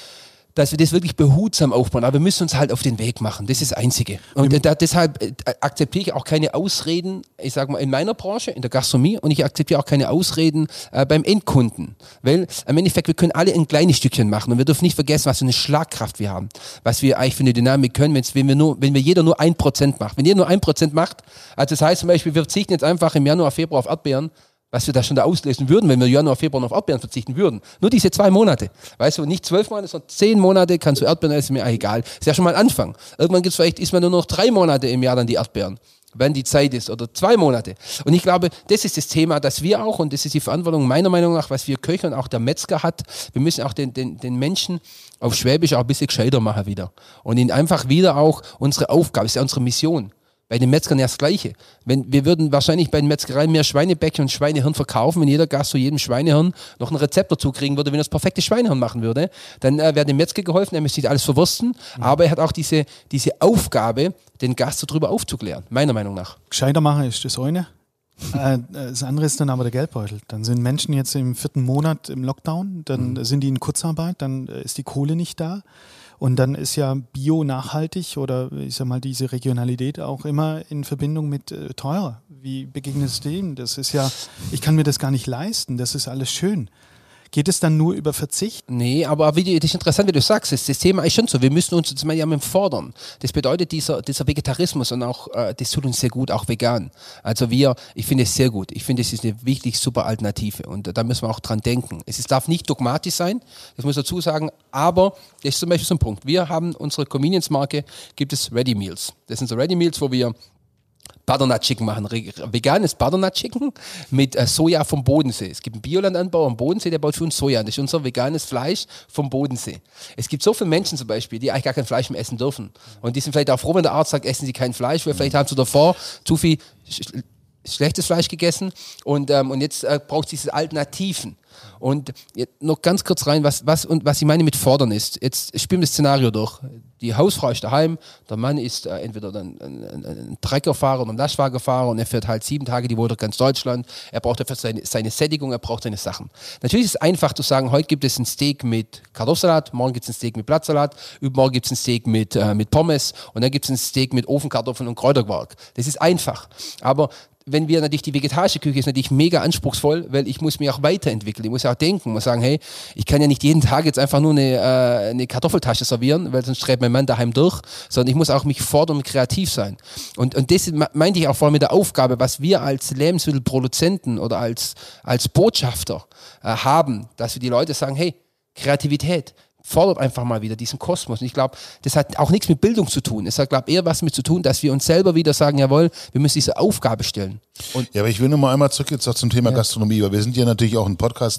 das wirklich behutsam aufbauen. Aber wir müssen uns halt auf den Weg machen. Das ist das Einzige. Und deshalb akzeptiere ich auch keine Ausreden, ich sage mal, in meiner Branche, in der Gastronomie, und ich akzeptiere auch keine Ausreden beim Endkunden. Weil im Endeffekt, wir können alle ein kleines Stückchen machen und wir dürfen nicht vergessen, was für eine Schlagkraft wir haben. Was wir eigentlich für eine Dynamik können, wenn jeder nur 1% macht. Wenn jeder nur 1% macht, also das heißt zum Beispiel, wir verzichten jetzt einfach im Januar, Februar auf Erdbeeren, was wir da schon da auslösen würden, wenn wir Januar, Februar auf Erdbeeren verzichten würden. Nur diese 2 Monate. Weißt du, nicht 12 Monate, sondern 10 Monate kannst du Erdbeeren essen, ist mir egal. Ist ja schon mal ein Anfang. Irgendwann isst man nur noch 3 Monate im Jahr dann die Erdbeeren. wann die Zeit ist oder 2 Monate. Und ich glaube, das ist das Thema, dass wir auch, und das ist die Verantwortung meiner Meinung nach, was wir Köche und auch der Metzger hat, wir müssen auch den Menschen auf Schwäbisch auch ein bisschen gescheiter machen wieder. Und ihnen einfach wieder auch unsere Aufgabe, das ist ja unsere Mission. Bei den Metzgern ja das Gleiche. Wir würden wahrscheinlich bei den Metzgereien mehr Schweinebäckchen und Schweinehirn verkaufen, wenn jeder Gast zu jedem Schweinehirn noch ein Rezept dazu kriegen würde, wenn er das perfekte Schweinehirn machen würde. Dann wäre dem Metzger geholfen, er müsste nicht alles verwursten, aber er hat auch diese Aufgabe, den Gast darüber aufzuklären, meiner Meinung nach. Gescheiter machen ist das eine. Das andere ist dann aber der Geldbeutel. Dann sind Menschen jetzt im 4. Monat im Lockdown, dann sind die in Kurzarbeit, dann ist die Kohle nicht da. Und dann ist ja Bio nachhaltig oder ich sag mal diese Regionalität auch immer in Verbindung mit teurer. Wie begegnest du dem? Das ist ja, ich kann mir das gar nicht leisten, das ist alles schön. Geht es dann nur über Verzicht? Nee, aber das ist interessant, wie du sagst, das Thema ist schon so, wir müssen uns jetzt mal ja mit fordern. Das bedeutet, dieser Vegetarismus und auch, das tut uns sehr gut, auch vegan. Also ich finde es sehr gut. Ich finde, es ist eine wirklich super Alternative und da müssen wir auch dran denken. Darf nicht dogmatisch sein, das muss ich dazu sagen, aber das ist zum Beispiel so ein Punkt. Wir haben unsere Convenience-Marke, gibt es Ready Meals. Das sind so Ready Meals, wo wir Butternut Chicken machen, veganes Butternut Chicken mit Soja vom Bodensee. Es gibt einen Biolandanbauer am Bodensee, der baut für uns Soja. Das ist unser veganes Fleisch vom Bodensee. Es gibt so viele Menschen zum Beispiel, die eigentlich gar kein Fleisch mehr essen dürfen. Und die sind vielleicht auch froh, wenn der Arzt sagt, essen sie kein Fleisch, weil vielleicht haben sie davor zu viel schlechtes Fleisch gegessen und jetzt braucht es diese Alternativen. Und jetzt noch ganz kurz rein, was ich meine mit fordern ist. Jetzt spielen wir das Szenario durch. Die Hausfrau ist daheim, der Mann ist entweder ein Treckerfahrer oder ein Lastwagenfahrer und er fährt halt 7 Tage die Woche durch ganz Deutschland. Er braucht dafür seine Sättigung, er braucht seine Sachen. Natürlich ist es einfach zu sagen, heute gibt es ein Steak mit Kartoffelsalat, morgen gibt es ein Steak mit Blattsalat, übermorgen gibt es ein Steak mit Pommes und dann gibt es ein Steak mit Ofenkartoffeln und Kräuterquark. Das ist einfach. Aber wenn wir natürlich, die vegetarische Küche ist natürlich mega anspruchsvoll, weil ich muss mich auch weiterentwickeln. Ich muss ja auch denken, muss sagen, hey, ich kann ja nicht jeden Tag jetzt einfach nur eine Kartoffeltasche servieren, weil sonst strebt mein Mann daheim durch, sondern ich muss auch mich fordern und kreativ sein. Und das meinte ich auch vorhin mit der Aufgabe, was wir als Lebensmittelproduzenten oder als Botschafter haben, dass wir die Leute sagen, hey, Kreativität, fordert einfach mal wieder diesen Kosmos. Und ich glaube, das hat auch nichts mit Bildung zu tun. Es hat, glaube ich, eher was damit zu tun, dass wir uns selber wieder sagen, jawohl, wir müssen diese Aufgabe stellen. Ja, aber ich will nur mal einmal zurück jetzt auch zum Thema Gastronomie, weil wir sind ja natürlich auch ein Podcast,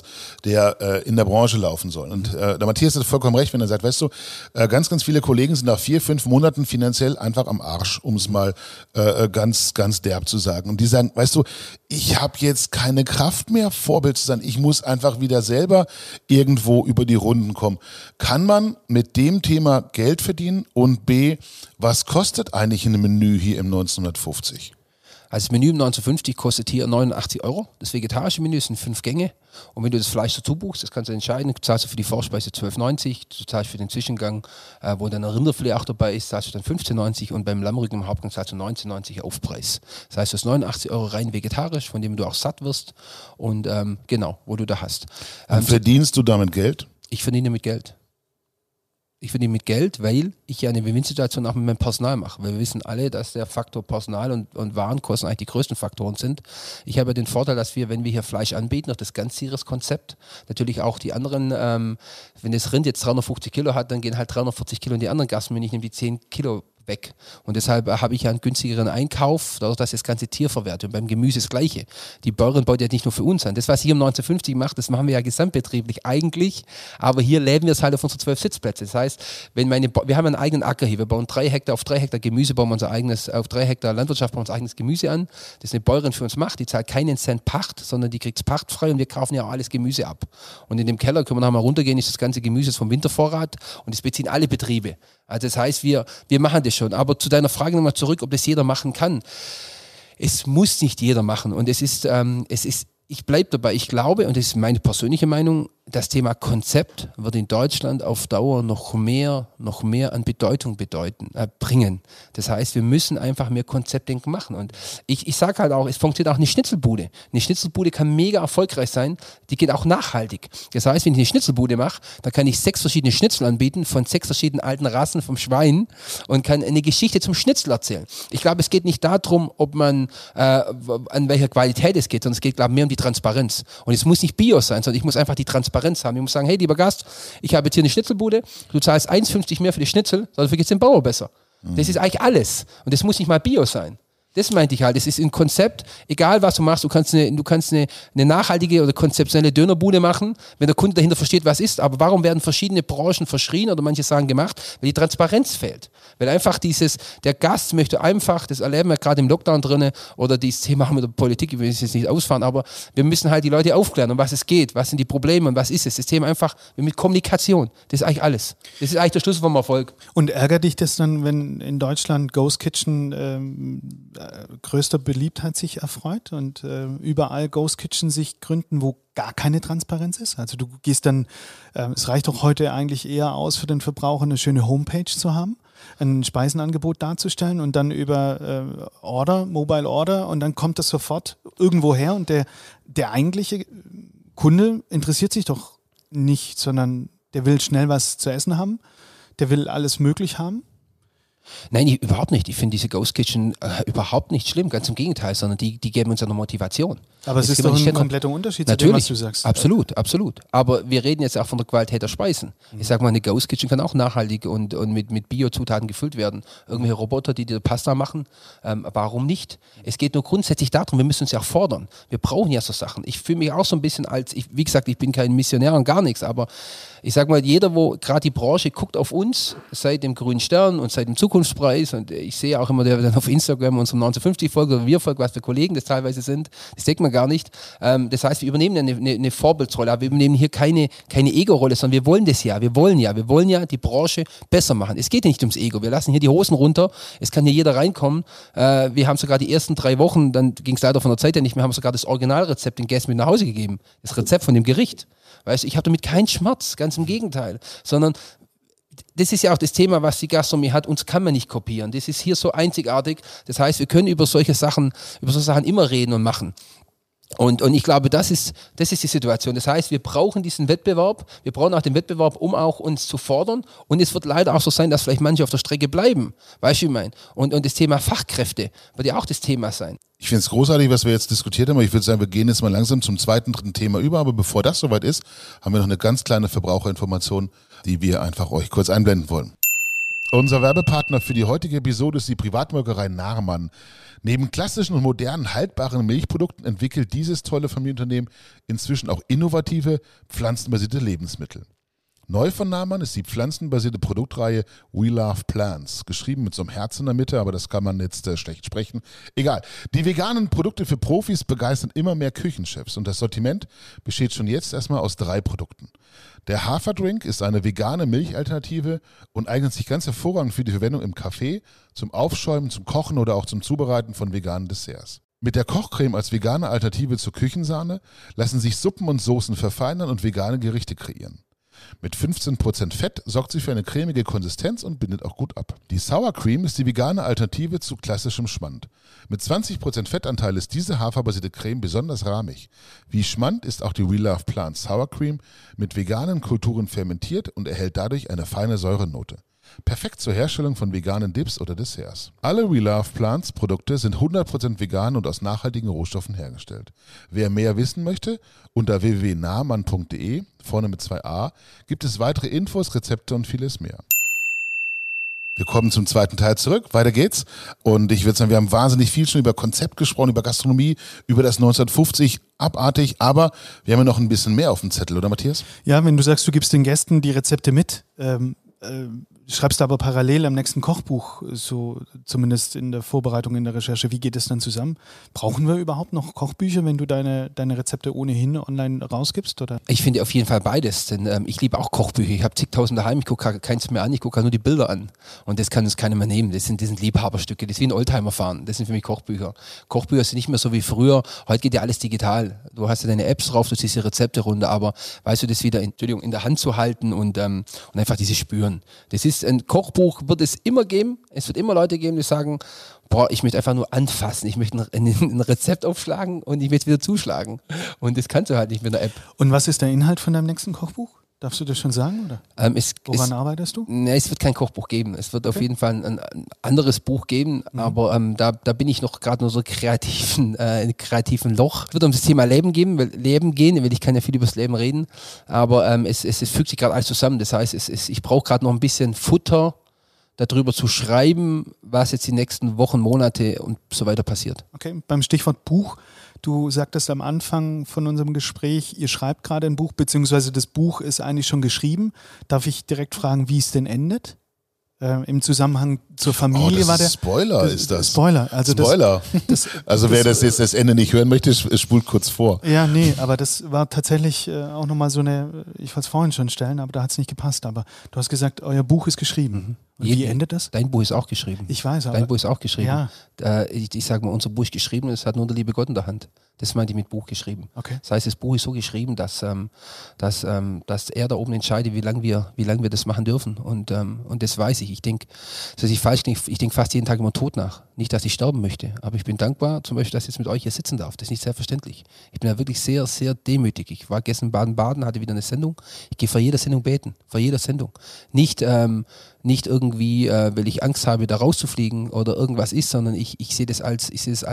der in der Branche laufen soll. Und der Matthias hat vollkommen recht, wenn er sagt, weißt du, ganz, ganz viele Kollegen sind nach 4-5 Monaten finanziell einfach am Arsch, um es mal ganz, ganz derb zu sagen. Und die sagen, weißt du, ich habe jetzt keine Kraft mehr, Vorbild zu sein. Ich muss einfach wieder selber irgendwo über die Runden kommen. Kann man mit dem Thema Geld verdienen? Und B, was kostet eigentlich ein Menü hier im 1950? Also das Menü im 1950 kostet hier 89 €. Das vegetarische Menü sind 5 Gänge. Und wenn du das Fleisch dazu buchst, das kannst du entscheiden, du zahlst für die Vorspeise 12,90, du zahlst für den Zwischengang, wo dann ein Rinderfilet auch dabei ist, zahlst du dann 15,90 und beim Lammrücken im Hauptgang zahlst du 19,90 Aufpreis. Das heißt, du hast 89 € rein vegetarisch, von dem du auch satt wirst und genau, wo du da hast. Verdienst du damit Geld? Ich verdiene mit Geld. Ich verdiene mit Geld, weil ich ja eine Win-Win-Situation auch mit meinem Personal mache. Weil wir wissen alle, dass der Faktor Personal und Warenkosten eigentlich die größten Faktoren sind. Ich habe den Vorteil, dass wir, wenn wir hier Fleisch anbieten, noch das Ganztiereskonzept, natürlich auch die anderen, wenn das Rind jetzt 350 Kilo hat, dann gehen halt 340 Kilo in die anderen Gassen, wenn ich nehme die 10 Kilo weg. Und deshalb habe ich ja einen günstigeren Einkauf, dadurch, dass ich das ganze Tier verwerte. Und beim Gemüse das Gleiche. Die Bäuerin baut ja nicht nur für uns an. Das, was hier um 1950 macht, das machen wir ja gesamtbetrieblich eigentlich, aber hier leben wir es halt auf unsere 12 Sitzplätze. Das heißt, wir haben einen eigenen Acker hier, wir bauen 3 Hektar, auf 3 Hektar Gemüse bauen wir unser eigenes, auf 3 Hektar Landwirtschaft bauen wir unser eigenes Gemüse an, das eine Bäuerin für uns macht, die zahlt keinen Cent Pacht, sondern die kriegt es pachtfrei und wir kaufen ja auch alles Gemüse ab. Und in dem Keller können wir nachher mal runtergehen, ist das ganze Gemüse vom Wintervorrat und das beziehen alle Betriebe. Also das heißt, wir machen das schon. Aber zu deiner Frage nochmal zurück, ob das jeder machen kann. Es muss nicht jeder machen. Und ich bleibe dabei, ich glaube, und das ist meine persönliche Meinung, das Thema Konzept wird in Deutschland auf Dauer noch mehr an Bedeutung bringen. Das heißt, wir müssen einfach mehr Konzeptdenken machen. Und ich sage halt auch, es funktioniert auch eine Schnitzelbude. Eine Schnitzelbude kann mega erfolgreich sein, die geht auch nachhaltig. Das heißt, wenn ich eine Schnitzelbude mache, dann kann ich 6 verschiedene Schnitzel anbieten von 6 verschiedenen alten Rassen vom Schwein und kann eine Geschichte zum Schnitzel erzählen. Ich glaube, es geht nicht darum, ob man an welcher Qualität es geht, sondern es geht, glaube ich, mehr um die Transparenz. Und es muss nicht Bio sein, sondern ich muss einfach die Transparenz haben. Ich muss sagen, hey, lieber Gast, ich habe jetzt hier eine Schnitzelbude, du zahlst 1,50 mehr für die Schnitzel, dafür geht es dem Bauer besser. Das ist eigentlich alles. Und das muss nicht mal Bio sein. Das meinte ich halt. Es ist ein Konzept, egal was du machst, du kannst eine nachhaltige oder konzeptionelle Dönerbude machen, wenn der Kunde dahinter versteht, was ist. Aber warum werden verschiedene Branchen verschrien oder manche sagen gemacht? Weil die Transparenz fehlt. Weil einfach der Gast möchte einfach, das erleben wir gerade im Lockdown drin, oder dieses Thema mit der Politik, ich will es jetzt nicht ausfahren, aber wir müssen halt die Leute aufklären, um was es geht, was sind die Probleme und was ist es. Das Thema einfach mit Kommunikation, das ist eigentlich alles. Das ist eigentlich der Schlüssel vom Erfolg. Und ärgert dich das dann, wenn in Deutschland Ghost Kitchen größter Beliebtheit sich erfreut und überall Ghost Kitchen sich gründen, wo gar keine Transparenz ist? Also du gehst dann, es reicht doch heute eigentlich eher aus für den Verbraucher, eine schöne Homepage zu haben, ein Speisenangebot darzustellen und dann über Mobile Order, und dann kommt das sofort irgendwo her, und der eigentliche Kunde interessiert sich doch nicht, sondern der will schnell was zu essen haben, der will alles möglich haben. Nein, überhaupt nicht. Ich finde diese Ghost Kitchen überhaupt nicht schlimm, ganz im Gegenteil, sondern die geben uns eine Motivation. Aber es ist doch ein kompletter Unterschied zu dem, was du sagst. Absolut, absolut. Aber wir reden jetzt auch von der Qualität der Speisen. Ich sage mal, eine Ghost Kitchen kann auch nachhaltig und mit Bio-Zutaten gefüllt werden. Irgendwelche Roboter, die Pasta machen, warum nicht? Es geht nur grundsätzlich darum, wir müssen uns ja auch fordern. Wir brauchen ja so Sachen. Ich fühle mich auch so ein bisschen wie gesagt, ich bin kein Missionär und gar nichts, aber ich sage mal, jeder, wo gerade die Branche guckt auf uns, seit dem Grünen Stern und seit dem Zukunftspreis, und ich sehe auch immer, der dann auf Instagram unserem 1950-Folge oder wir-Folge, was für Kollegen das teilweise sind, das denkt man gar nicht. Das heißt, wir übernehmen eine Vorbildsrolle, aber wir übernehmen hier keine Ego-Rolle, sondern wir wollen das ja. Wir wollen ja die Branche besser machen. Es geht ja nicht ums Ego. Wir lassen hier die Hosen runter. Es kann hier jeder reinkommen. Wir haben sogar die ersten 3 Wochen, dann ging es leider von der Zeit her nicht mehr, haben sogar das Originalrezept den Gästen mit nach Hause gegeben. Das Rezept von dem Gericht. Weißt du, ich habe damit keinen Schmerz, ganz im Gegenteil, sondern das ist ja auch das Thema, was die Gastronomie hat, uns kann man nicht kopieren. Das ist hier so einzigartig. Das heißt, wir können über solche Sachen immer reden und machen. Und ich glaube, das ist die Situation. Das heißt, wir brauchen diesen Wettbewerb, wir brauchen auch den Wettbewerb, um auch uns zu fordern. Und es wird leider auch so sein, dass vielleicht manche auf der Strecke bleiben. Weißt du, wie ich meine? Und das Thema Fachkräfte wird ja auch das Thema sein. Ich finde es großartig, was wir jetzt diskutiert haben, aber ich würde sagen, wir gehen jetzt mal langsam zum 2., 3. Thema über. Aber bevor das soweit ist, haben wir noch eine ganz kleine Verbraucherinformation, die wir einfach euch kurz einblenden wollen. Unser Werbepartner für die heutige Episode ist die Privatmolkerei Nahrmann. Neben klassischen und modernen, haltbaren Milchprodukten entwickelt dieses tolle Familienunternehmen inzwischen auch innovative, pflanzenbasierte Lebensmittel. Neu von Nahrmann ist die pflanzenbasierte Produktreihe We Love Plants, geschrieben mit so einem Herz in der Mitte, aber das kann man jetzt schlecht sprechen. Egal. Die veganen Produkte für Profis begeistern immer mehr Küchenchefs, und das Sortiment besteht schon jetzt erstmal aus 3 Produkten. Der Haferdrink ist eine vegane Milchalternative und eignet sich ganz hervorragend für die Verwendung im Kaffee, zum Aufschäumen, zum Kochen oder auch zum Zubereiten von veganen Desserts. Mit der Kochcreme als vegane Alternative zur Küchensahne lassen sich Suppen und Soßen verfeinern und vegane Gerichte kreieren. Mit 15% Fett sorgt sie für eine cremige Konsistenz und bindet auch gut ab. Die Sour Cream ist die vegane Alternative zu klassischem Schmand. Mit 20% Fettanteil ist diese haferbasierte Creme besonders rahmig. Wie Schmand ist auch die We Love Plants Sour Cream mit veganen Kulturen fermentiert und erhält dadurch eine feine Säurenote. Perfekt zur Herstellung von veganen Dips oder Desserts. Alle We Love Plants Produkte sind 100% vegan und aus nachhaltigen Rohstoffen hergestellt. Wer mehr wissen möchte, unter www.nahrmann.de, vorne mit 2a, gibt es weitere Infos, Rezepte und vieles mehr. Wir kommen zum 2. Teil zurück, weiter geht's. Und ich würde sagen, wir haben wahnsinnig viel schon über Konzept gesprochen, über Gastronomie, über das 1950, abartig, aber wir haben ja noch ein bisschen mehr auf dem Zettel, oder Matthias? Ja, wenn du sagst, du gibst den Gästen die Rezepte mit, schreibst aber parallel am nächsten Kochbuch, so zumindest in der Vorbereitung, in der Recherche, wie geht es dann zusammen? Brauchen wir überhaupt noch Kochbücher, wenn du deine Rezepte ohnehin online rausgibst? Oder? Ich finde auf jeden Fall beides, denn ich liebe auch Kochbücher. Ich habe zigtausend daheim, ich gucke keins mehr an, ich gucke nur die Bilder an. Und das kann uns keiner mehr nehmen. Das sind Liebhaberstücke, das ist wie ein Oldtimer fahren. Das sind für mich Kochbücher. Kochbücher sind nicht mehr so wie früher. Heute geht ja alles digital. Du hast ja deine Apps drauf, du ziehst die Rezepte runter, aber weißt du, das wieder in der Hand zu halten und einfach dieses Spüren. Das ist ein Kochbuch, wird es immer geben. Es wird immer Leute geben, die sagen, boah, ich möchte einfach nur anfassen. Ich möchte ein Rezept aufschlagen und ich möchte wieder zuschlagen. Und das kannst du halt nicht mit einer App. Und was ist der Inhalt von deinem nächsten Kochbuch? Darfst du das schon sagen? Oder? Woran arbeitest du? Ne, es wird kein Kochbuch geben. Es wird auf jeden Fall ein anderes Buch geben, aber da bin ich noch gerade nur so kreativen Loch. Es wird um das Thema Leben gehen, weil ich kann ja viel über das Leben reden, aber es fügt sich gerade alles zusammen. Das heißt, ich brauche gerade noch ein bisschen Futter darüber zu schreiben, was jetzt die nächsten Wochen, Monate und so weiter passiert. Okay, beim Stichwort Buch, du sagtest am Anfang von unserem Gespräch, ihr schreibt gerade ein Buch, beziehungsweise das Buch ist eigentlich schon geschrieben. Darf ich direkt fragen, wie es denn endet? Im Zusammenhang zur Familie das war der. Spoiler ist das. Spoiler. Also Spoiler. Also wer das jetzt das Ende nicht hören möchte, spult kurz vor. Ja, nee, aber das war tatsächlich auch nochmal so eine, ich wollte es vorhin schon stellen, aber da hat es nicht gepasst. Aber du hast gesagt, euer Buch ist geschrieben. Und wie endet das? Dein Buch ist auch geschrieben. Ich weiß, aber. Dein Buch ist auch geschrieben. Ja. Ich sage mal, unser Buch ist geschrieben und es hat nur der liebe Gott in der Hand. Das meinte ich mit Buch geschrieben. Okay. Das heißt, das Buch ist so geschrieben, dass er da oben entscheidet, wie lange wir das machen dürfen. Und das weiß ich. Ich denke, ich denke fast jeden Tag immer tot nach. Nicht, dass ich sterben möchte, aber ich bin dankbar, zum Beispiel, dass ich jetzt mit euch hier sitzen darf. Das ist nicht selbstverständlich. Ich bin ja wirklich sehr, sehr demütig. Ich war gestern in Baden-Baden, hatte wieder eine Sendung. Ich gehe vor jeder Sendung beten. Vor jeder Sendung. Nicht irgendwie, weil ich Angst habe, da rauszufliegen oder irgendwas ist, sondern ich sehe das als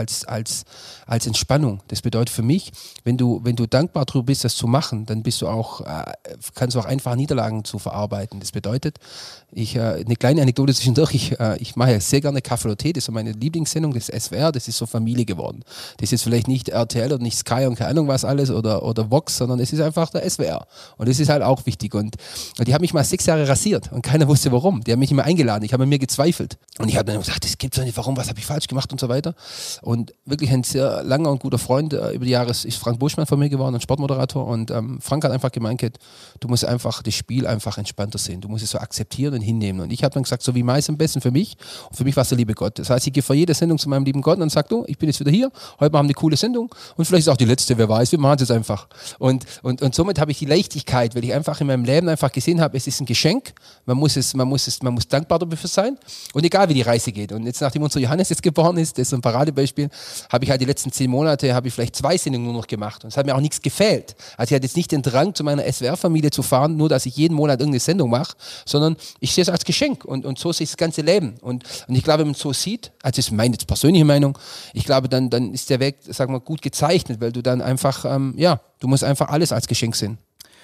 Entspannung. Das bedeutet für mich, wenn du dankbar darüber bist, das zu machen, dann bist du kannst du auch einfach Niederlagen zu verarbeiten. Das bedeutet, eine kleine Anekdote zwischendurch, ich mache ja sehr gerne Kaffee oder Tee, das ist so meine Lieblingssendung, das SWR, das ist so Familie geworden. Das ist jetzt vielleicht nicht RTL oder nicht Sky und keine Ahnung was alles oder Vox, sondern es ist einfach der SWR. Und das ist halt auch wichtig. Und die haben mich mal 6 Jahre rasiert und keiner wusste warum. Die haben mich immer eingeladen, ich habe an mir gezweifelt. Und ich habe dann gesagt, das gibt's doch nicht, warum, was habe ich falsch gemacht und so weiter. Und wirklich ein sehr langer und guter Freund über die Jahre ist Frank Buschmann von mir geworden, ein Sportmoderator. Und Frank hat einfach gemeint, du musst einfach das Spiel einfach entspannter sehen. Du musst es so akzeptieren und hinnehmen. Und ich habe dann gesagt, so wie meist am besten für mich. Und für mich war es der liebe Gott. Das heißt, ich gehe vor jeder Sendung zu meinem lieben Gott und dann sage, du, ich bin jetzt wieder hier, heute machen wir eine coole Sendung und vielleicht ist auch die letzte, wer weiß, wir machen es jetzt einfach. Und somit habe ich die Leichtigkeit, weil ich einfach in meinem Leben einfach gesehen habe, es ist ein Geschenk, man muss dankbar dafür sein und egal wie die Reise geht. Und jetzt, nachdem unser Johannes jetzt geboren ist, das ist ein Paradebeispiel, habe ich halt die letzten 10 Monate, habe ich vielleicht 2 Sendungen nur noch gemacht und es hat mir auch nichts gefehlt. Also ich hatte jetzt nicht den Drang, zu meiner SWR-Familie zu fahren, nur dass ich jeden Monat irgendeine Sendung mache, sondern ich sehe es als Geschenk und so sehe ich das ganze Leben. Und ich glaube, wenn man es so sieht, also das ist meine jetzt persönliche Meinung, ich glaube, dann ist der Weg, sagen wir, gut gezeichnet, weil du dann einfach, du musst einfach alles als Geschenk sehen.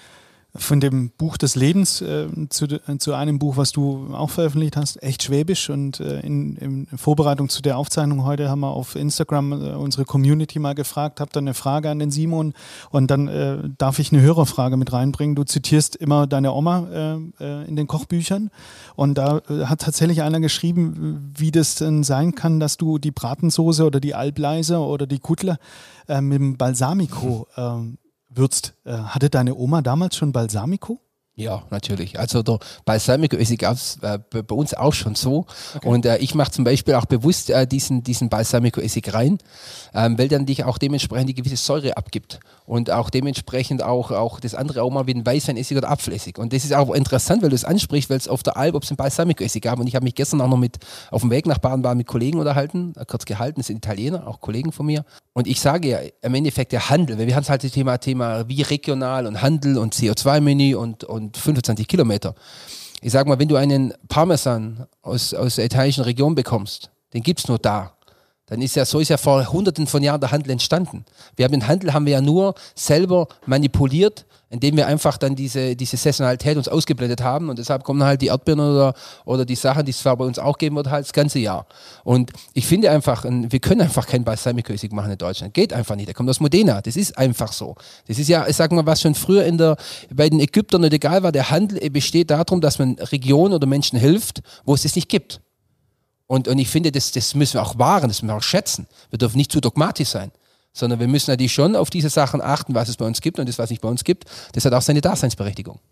Von dem Buch des Lebens zu einem Buch, was du auch veröffentlicht hast, echt schwäbisch. Und in Vorbereitung zu der Aufzeichnung heute haben wir auf Instagram unsere Community mal gefragt, habe dann eine Frage an den Simon und dann darf ich eine Hörerfrage mit reinbringen. Du zitierst immer deine Oma in den Kochbüchern und da hat tatsächlich einer geschrieben, wie das denn sein kann, dass du die Bratensoße oder die Albleiser oder die Kuttler mit dem Balsamico würzt. Hatte deine Oma damals schon Balsamico? Ja, natürlich. Also der Balsamico-Essig gab es bei uns auch schon so. Okay. Und ich mache zum Beispiel auch bewusst diesen Balsamico-Essig rein, weil dann dich auch dementsprechend die gewisse Säure abgibt. Und auch dementsprechend auch das andere auch mal wie ein Weißweinessig oder Apfelessig. Und das ist auch interessant, weil du es ansprichst, weil es auf der Alp, ob es einen Balsamico-Essig gab. Und ich habe mich gestern auch noch auf dem Weg nach Baden-Baden mit Kollegen unterhalten, kurz gehalten, das sind Italiener, auch Kollegen von mir. Und ich sage ja, im Endeffekt der Handel, weil wir haben halt das Thema wie regional und Handel und CO2-Menü und 25 Kilometer. Ich sage mal, wenn du einen Parmesan aus der italienischen Region bekommst, den gibt es nur da. Dann ist ja vor Hunderten von Jahren der Handel entstanden. Den Handel haben wir ja nur selber manipuliert, indem wir einfach dann diese Saisonalität uns ausgeblendet haben und deshalb kommen halt die Erdbeeren oder die Sachen, die es zwar bei uns auch geben wird, halt das ganze Jahr. Und ich finde einfach, wir können einfach kein Balsamico-Essig machen in Deutschland. Geht einfach nicht. Der kommt aus Modena. Das ist einfach so. Das ist ja, ich sag mal, was schon früher bei den Ägyptern nicht egal war, der Handel besteht darum, dass man Regionen oder Menschen hilft, wo es das nicht gibt. Und ich finde, das müssen wir auch wahren, das müssen wir auch schätzen. Wir dürfen nicht zu dogmatisch sein, sondern wir müssen natürlich schon auf diese Sachen achten, was es bei uns gibt und das, was nicht bei uns gibt, das hat auch seine Daseinsberechtigung.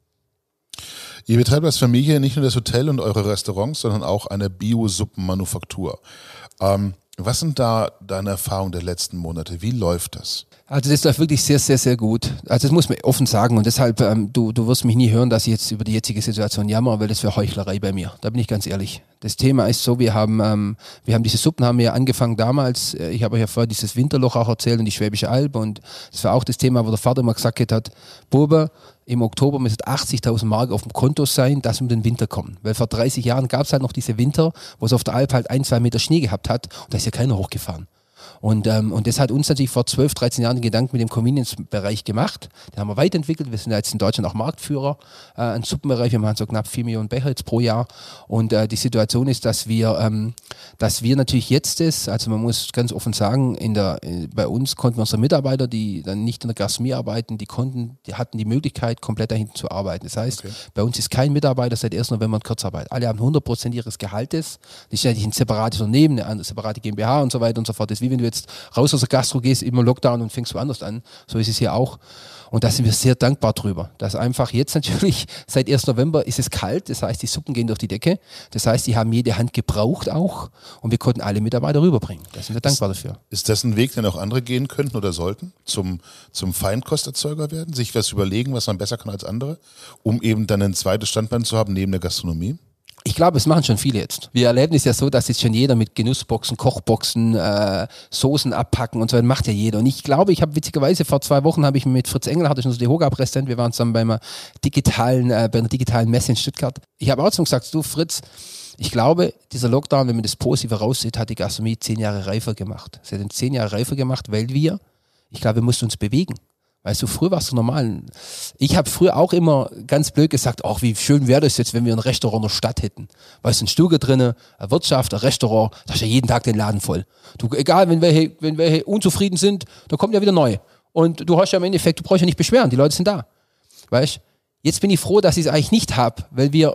Ihr betreibt als Familie nicht nur das Hotel und eure Restaurants, sondern auch eine Bio-Suppenmanufaktur. Was sind da deine Erfahrungen der letzten Monate? Wie läuft das? Also das läuft wirklich sehr, sehr, sehr gut. Also das muss man offen sagen und deshalb, du wirst mich nie hören, dass ich jetzt über die jetzige Situation jammere, weil das wäre Heuchlerei bei mir. Da bin ich ganz ehrlich. Das Thema ist so, wir haben diese Suppen haben wir angefangen damals, ich habe euch ja vorher dieses Winterloch auch erzählt und die Schwäbische Alb und das war auch das Thema, wo der Vater immer gesagt hat, Bube, im Oktober müssen 80.000 Mark auf dem Konto sein, dass wir um den Winter kommen. Weil vor 30 Jahren gab es halt noch diese Winter, wo es auf der Alp halt 1-2 Meter Schnee gehabt hat und da ist ja keiner hochgefahren. Und das hat uns natürlich vor 12, 13 Jahren den Gedanken mit dem Convenience-Bereich gemacht. Den haben wir weiterentwickelt. Wir sind jetzt in Deutschland auch Marktführer im Suppenbereich. Wir machen so knapp 4 Millionen Becher jetzt pro Jahr. Und die Situation ist, dass wir natürlich jetzt also man muss ganz offen sagen, bei uns konnten unsere Mitarbeiter, die dann nicht in der Gastronomie arbeiten, die hatten die Möglichkeit, komplett dahinten zu arbeiten. Das heißt, bei uns ist kein Mitarbeiter seit 1. November in Kurzarbeit. Alle haben 100% ihres Gehaltes. Das ist ja nicht ein separates Unternehmen, eine separate GmbH und so weiter und so fort. Das ist wie wenn du jetzt raus aus der Gastro gehst, immer Lockdown und fängst woanders an. So ist es hier auch. Und da sind wir sehr dankbar drüber. Dass einfach jetzt natürlich, seit 1. November ist es kalt, das heißt, die Suppen gehen durch die Decke. Das heißt, die haben jede Hand gebraucht auch und wir konnten alle Mitarbeiter rüberbringen. Da sind wir dankbar dafür. Ist das ein Weg, den auch andere gehen könnten oder sollten? Zum Feinkosterzeuger werden? Sich was überlegen, was man besser kann als andere? Um eben dann ein zweites Standbein zu haben neben der Gastronomie? Ich glaube, es machen schon viele jetzt. Wir erleben es ja so, dass jetzt schon jeder mit Genussboxen, Kochboxen, Soßen abpacken und so weiter, macht ja jeder. Und ich glaube, ich habe witzigerweise vor 2 Wochen habe ich mit Fritz Engel, hatte ich unsere DEHOGA-Präsident, wir waren zusammen bei einer digitalen Messe in Stuttgart. Ich habe auch zu ihm gesagt, du Fritz, ich glaube, dieser Lockdown, wenn man das positiv heraussieht, hat die Gastronomie 10 Jahre reifer gemacht. Sie hat ihn 10 Jahre reifer gemacht, weil wir mussten uns bewegen. Weißt du, früher war es so normal. Ich habe früher auch immer ganz blöd gesagt, ach, wie schön wäre das jetzt, wenn wir ein Restaurant in der Stadt hätten. Weißt du, ein Stuge drinne, eine Wirtschaft, ein Restaurant, da ist ja jeden Tag den Laden voll. Du, egal, wenn welche unzufrieden sind, dann kommt ja wieder neu. Und du hast ja im Endeffekt, du brauchst ja nicht beschweren, die Leute sind da. Weißt du? Jetzt bin ich froh, dass ich es eigentlich nicht habe, weil wir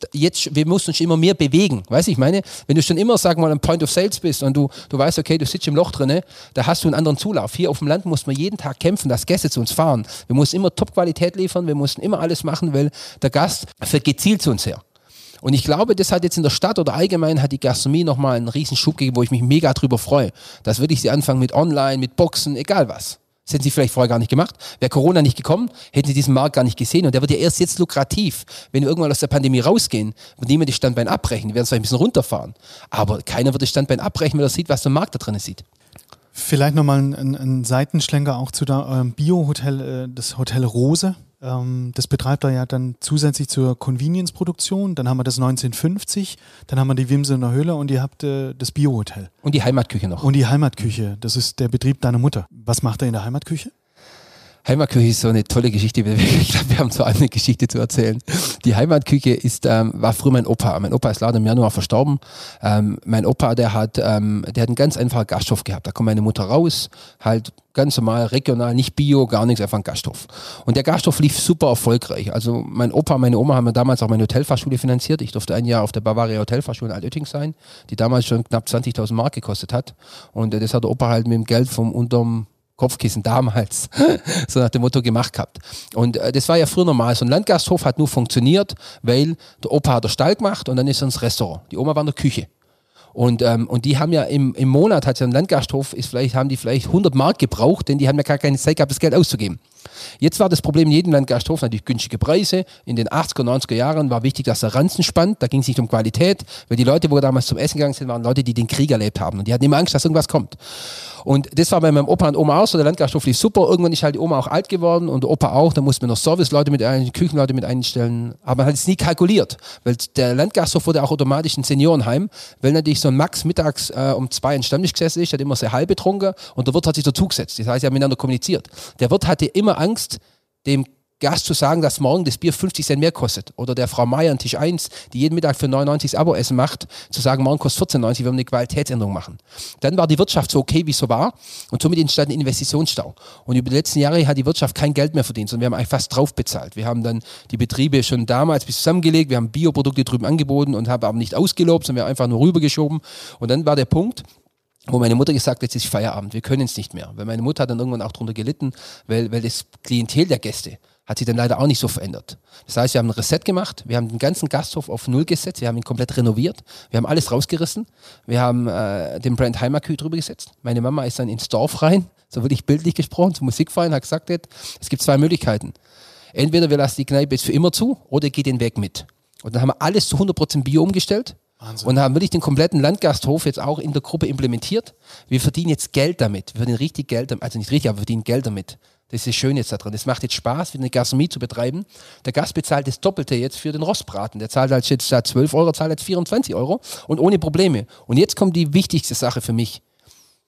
mussten uns immer mehr bewegen. Weißt du, ich meine, wenn du schon immer, sag mal, am Point of Sales bist und du weißt, okay, du sitzt im Loch drinne, da hast du einen anderen Zulauf. Hier auf dem Land mussten wir jeden Tag kämpfen, dass Gäste zu uns fahren. Wir mussten immer Top-Qualität liefern, wir mussten immer alles machen, weil der Gast gezielt zu uns her. Und ich glaube, das hat jetzt in der Stadt oder allgemein hat die Gastronomie nochmal einen riesen Schub gegeben, wo ich mich mega drüber freue. Dass wirklich sie anfangen mit Online, mit Boxen, egal was. Das hätten sie vielleicht vorher gar nicht gemacht. Wäre Corona nicht gekommen, hätten sie diesen Markt gar nicht gesehen. Und der wird ja erst jetzt lukrativ. Wenn wir irgendwann aus der Pandemie rausgehen, wird niemand das Standbein abbrechen. Die werden es vielleicht ein bisschen runterfahren. Aber keiner wird das Standbein abbrechen, wenn er sieht, was der Markt da drin sieht. Vielleicht nochmal ein Seitenschlenker auch zu eurem Bio-Hotel, das Hotel Rose. Das betreibt er ja dann zusätzlich zur Convenience-Produktion. Dann haben wir das 1950, dann haben wir die Wimsener Höhle und ihr habt das Bio-Hotel. Und die Heimatküche noch. Und die Heimatküche, das ist der Betrieb deiner Mutter. Was macht er in der Heimatküche? Heimatküche ist so eine tolle Geschichte. Ich glaube, wir haben so eine Geschichte zu erzählen. Die Heimatküche war früher mein Opa. Mein Opa ist leider im Januar verstorben. Mein Opa, der hat einen ganz einfachen Gasthof gehabt. Da kommt meine Mutter raus, halt ganz normal, regional, nicht Bio, gar nichts, einfach ein Gasthof. Und der Gasthof lief super erfolgreich. Also mein Opa, meine Oma haben mir damals auch meine Hotelfachschule finanziert. Ich durfte ein Jahr auf der Bavaria Hotelfachschule in Altötting sein, die damals schon knapp 20.000 Mark gekostet hat. Und das hat der Opa halt mit dem Geld vom unterm Kopfkissen damals, so nach dem Motto gemacht gehabt. Und das war ja früher normal. So ein Landgasthof hat nur funktioniert, weil der Opa hat den Stall gemacht und dann ist er ins Restaurant. Die Oma war in der Küche. Und die haben ja im Monat, hat ja ein Landgasthof, haben die vielleicht 100 Mark gebraucht, denn die haben ja gar keine Zeit gehabt, das Geld auszugeben. Jetzt war das Problem in jedem Landgasthof natürlich günstige Preise. In den 80er, 90er Jahren war wichtig, dass der Ranzen spannt. Da ging es nicht um Qualität, weil die Leute, wo wir damals zum Essen gegangen sind, waren Leute, die den Krieg erlebt haben. Und die hatten immer Angst, dass irgendwas kommt. Und das war bei meinem Opa und Oma auch so. Der Landgasthof lief super. Irgendwann ist halt die Oma auch alt geworden und der Opa auch. Da mussten wir noch Serviceleute Küchenleute mit einstellen. Aber man hat es nie kalkuliert, weil der Landgasthof wurde auch automatisch ein Seniorenheim, weil natürlich so ein Max mittags um 2 in Stammtisch gesessen ist, hat immer sehr halb betrunken und der Wirt hat sich dazugesetzt. Das heißt, sie haben miteinander kommuniziert. Der Wirt hatte immer Angst, dem Gast zu sagen, dass morgen das Bier 50 Cent mehr kostet. Oder der Frau Meier an Tisch 1, die jeden Mittag für 99 das Abo-Essen macht, zu sagen, morgen kostet 14,90, wir wollen eine Qualitätsänderung machen. Dann war die Wirtschaft so okay, wie es so war. Und somit entstand ein Investitionsstau. Und über die letzten Jahre hat die Wirtschaft kein Geld mehr verdient, sondern wir haben eigentlich fast drauf bezahlt. Wir haben dann die Betriebe schon damals bis zusammengelegt, wir haben Bioprodukte drüben angeboten und haben aber nicht ausgelobt, sondern wir haben einfach nur rübergeschoben. Und dann war der Punkt, wo meine Mutter gesagt hat, jetzt ist Feierabend, wir können es nicht mehr. Weil meine Mutter hat dann irgendwann auch darunter gelitten, weil das Klientel der Gäste hat sich dann leider auch nicht so verändert. Das heißt, wir haben ein Reset gemacht, wir haben den ganzen Gasthof auf Null gesetzt, wir haben ihn komplett renoviert, wir haben alles rausgerissen, wir haben den Brand Heimatküche drüber gesetzt. Meine Mama ist dann ins Dorf rein, so wirklich bildlich gesprochen, zum Musikverein, hat gesagt, es gibt 2 Möglichkeiten. Entweder wir lassen die Kneipe jetzt für immer zu oder geht den Weg mit. Und dann haben wir alles zu 100% Bio umgestellt. Wahnsinn. Und haben wirklich den kompletten Landgasthof jetzt auch in der Gruppe implementiert. Wir verdienen jetzt Geld damit. Wir verdienen richtig Geld damit. Also nicht richtig, aber wir verdienen Geld damit. Das ist schön jetzt da drin. Es macht jetzt Spaß, eine Gastronomie zu betreiben. Der Gast bezahlt das Doppelte jetzt für den Rostbraten. Der zahlt halt jetzt statt 12 Euro, zahlt jetzt 24 Euro und ohne Probleme. Und jetzt kommt die wichtigste Sache für mich.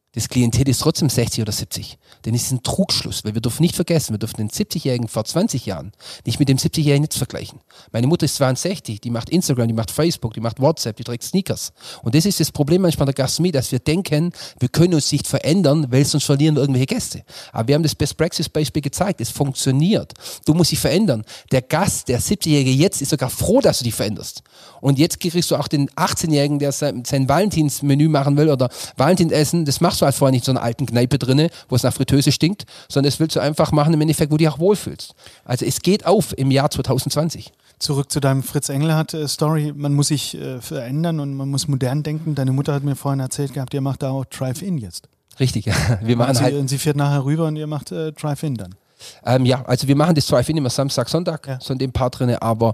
Das Klientel ist trotzdem 60 oder 70. Denn es ist ein Trugschluss, weil wir dürfen nicht vergessen, wir dürfen den 70-Jährigen vor 20 Jahren nicht mit dem 70-Jährigen jetzt vergleichen. Meine Mutter ist 62, die macht Instagram, die macht Facebook, die macht WhatsApp, die trägt Sneakers. Und das ist das Problem manchmal der Gastronomie, dass wir denken, wir können uns nicht verändern, weil sonst verlieren wir irgendwelche Gäste. Aber wir haben das Best-Practice-Beispiel gezeigt, es funktioniert. Du musst dich verändern. Der Gast, der 70-Jährige jetzt, ist sogar froh, dass du dich veränderst. Und jetzt kriegst du auch den 18-Jährigen, der sein Valentinsmenü machen will oder Valentinsessen, das machst du halt vorher nicht in so einer alten Kneipe drinne, wo es nach Fritteuse stinkt, sondern das willst du einfach machen im Endeffekt, wo du dich auch wohlfühlst. Also es geht auf im Jahr 2020. Zurück zu deinem Fritz Engelhardt-Story. Man muss sich verändern und man muss modern denken. Deine Mutter hat mir vorhin erzählt gehabt, ihr macht da auch Drive-In jetzt. Richtig, ja. Wir machen und sie fährt nachher rüber und ihr macht Drive-In dann. Ja, also wir machen das Drive-In immer Samstag, Sonntag, so in dem Part drin, aber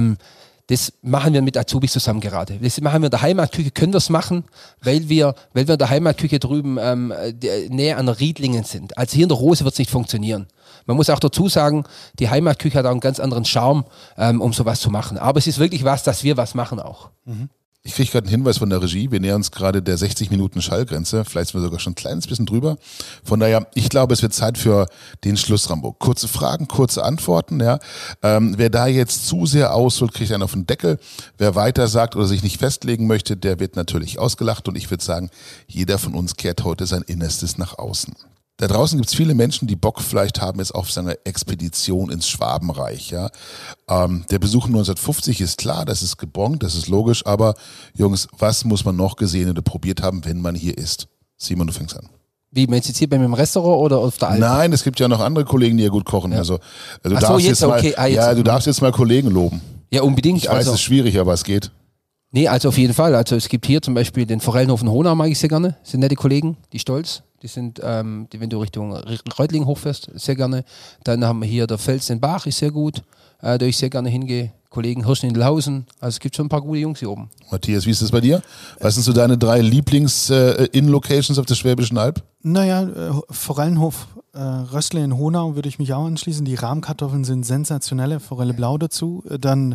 das machen wir mit Azubis zusammen gerade. Das machen wir in der Heimatküche, können wir es machen, weil wir in der Heimatküche drüben näher an Riedlingen sind. Also hier in der Rose wird es nicht funktionieren. Man muss auch dazu sagen, die Heimatküche hat auch einen ganz anderen Charme, um sowas zu machen. Aber es ist wirklich was, dass wir was machen auch. Mhm. Ich kriege gerade einen Hinweis von der Regie, wir nähern uns gerade der 60 Minuten Schallgrenze, vielleicht sind wir sogar schon ein kleines bisschen drüber. Von daher, ich glaube, es wird Zeit für den Schluss, Rambo. Kurze Fragen, kurze Antworten. Ja. Wer da jetzt zu sehr ausholt, kriegt einen auf den Deckel. Wer weiter sagt oder sich nicht festlegen möchte, der wird natürlich ausgelacht. Und ich würde sagen, jeder von uns kehrt heute sein Innerstes nach außen. Da draußen gibt es viele Menschen, die Bock vielleicht haben jetzt auf seine Expedition ins Schwabenreich. Ja. Der Besuch 1950 ist klar, das ist gebongt, das ist logisch, aber Jungs, was muss man noch gesehen oder probiert haben, wenn man hier ist? Simon, du fängst an. Wie, meinst du jetzt hier bei mir im Restaurant oder auf der Alp? Nein, es gibt ja noch andere Kollegen, die ja gut kochen. Ja. Also du darfst jetzt mal, okay. Du darfst jetzt mal Kollegen loben. Ja, unbedingt. Ich weiß, es ist schwierig, aber es geht. Nee, also auf jeden Fall. Also es gibt hier zum Beispiel den Forellenhof in Honau, mag ich sehr gerne. Das sind nette Kollegen, die Stolz. Die sind, wenn du Richtung Reutlingen hochfährst, sehr gerne. Dann haben wir hier der Fels in Bach, ist sehr gut, da ich sehr gerne hingehe. Kollegen Hirschen in Delhausen. Also es gibt schon ein paar gute Jungs hier oben. Matthias, wie ist das bei dir? Was sind so deine 3 Lieblings-In-Locations auf der Schwäbischen Alb? Naja, Forellenhof, Rössle in Honau würde ich mich auch anschließen. Die Rahmkartoffeln sind sensationelle, Forelle Blau dazu. Dann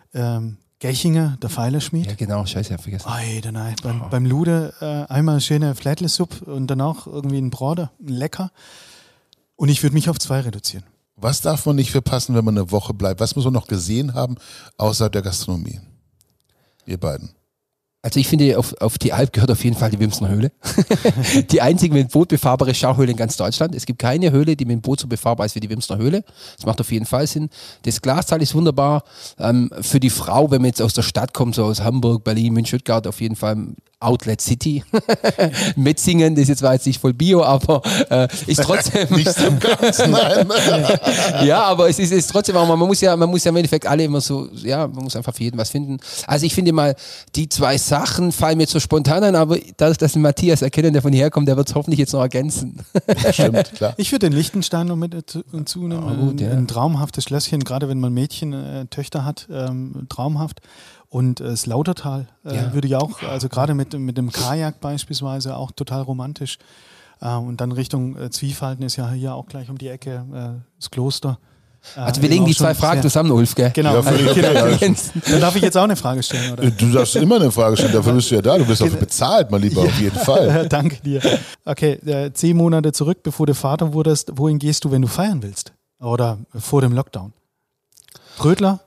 Gächinger, der Pfeilerschmied. Ja genau, scheiße, ich vergessen. Nein. Beim Lude einmal schöne Flädlesuppe und danach irgendwie ein Broder, lecker. Und ich würde mich auf 2 reduzieren. Was darf man nicht verpassen, wenn man eine Woche bleibt? Was muss man noch gesehen haben außerhalb der Gastronomie? Ihr beiden. Also ich finde, auf die Alp gehört auf jeden Fall die Wimsner Höhle. Die einzige mit Boot befahrbare Schauhöhle in ganz Deutschland. Es gibt keine Höhle, die mit dem Boot so befahrbar ist wie die Wimsner Höhle. Das macht auf jeden Fall Sinn. Das Glastal ist wunderbar. Für die Frau, wenn man jetzt aus der Stadt kommt, so aus Hamburg, Berlin, München, Stuttgart, auf jeden Fall Outlet City. Metzingen, das ist zwar jetzt nicht voll Bio, aber ist trotzdem... Nicht so ganz, nein. Ja, aber es ist trotzdem auch, man muss ja im Endeffekt alle immer so, ja, man muss einfach für jeden was finden. Also ich finde mal, die 2 Sachen fallen mir jetzt so spontan ein, aber dadurch, dass Matthias erkennen, der von hierher kommt, der wird es hoffentlich jetzt noch ergänzen. Stimmt, klar. Ich würde den Liechtenstein noch mit zunehmen. Oh, gut, ja. Ein traumhaftes Schlösschen, gerade wenn man Mädchen, Töchter hat, traumhaft. Und das Lautertal würde ich auch, also gerade mit dem Kajak beispielsweise, auch total romantisch. Und dann Richtung Zwiefalten ist ja hier auch gleich um die Ecke das Kloster. Also wir legen die 2 Fragen zusammen, Ulf, gell? Genau. Ja, okay. Dann darf ich jetzt auch eine Frage stellen, oder? Du darfst immer eine Frage stellen, dafür bist du ja da. Du wirst auch bezahlt, mein Lieber, auf jeden Fall. Danke dir. Okay, 10 Monate zurück, bevor du Vater wurdest, wohin gehst du, wenn du feiern willst? Oder vor dem Lockdown? Trödler?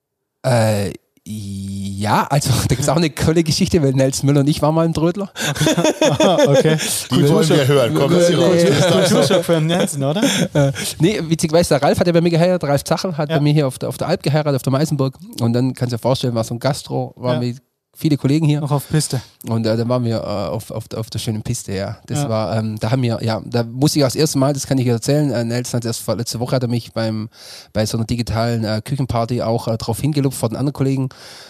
Ja, also da gibt es auch eine coole Geschichte, weil Nelson Müller und ich waren mal im Trödler. Okay. Die wollen wir hören. Komm, das ist Kulturschock für den Nelson, oder? Nee, witzigerweise, der Ralf hat ja bei mir geheiratet, Ralf Zachel hat bei mir hier auf der Alp geheiratet, auf der Meißenburg. Und dann kannst du dir vorstellen, war so ein Gastro, waren wir viele Kollegen hier. Noch auf Piste. Und dann waren wir auf der schönen Piste, ja. Das war, da haben wir, da musste ich auch das erste Mal, das kann ich erzählen, Nelson hat erst letzte Woche hat er mich bei so einer digitalen Küchenparty auch drauf hingelupft vor den anderen Kollegen.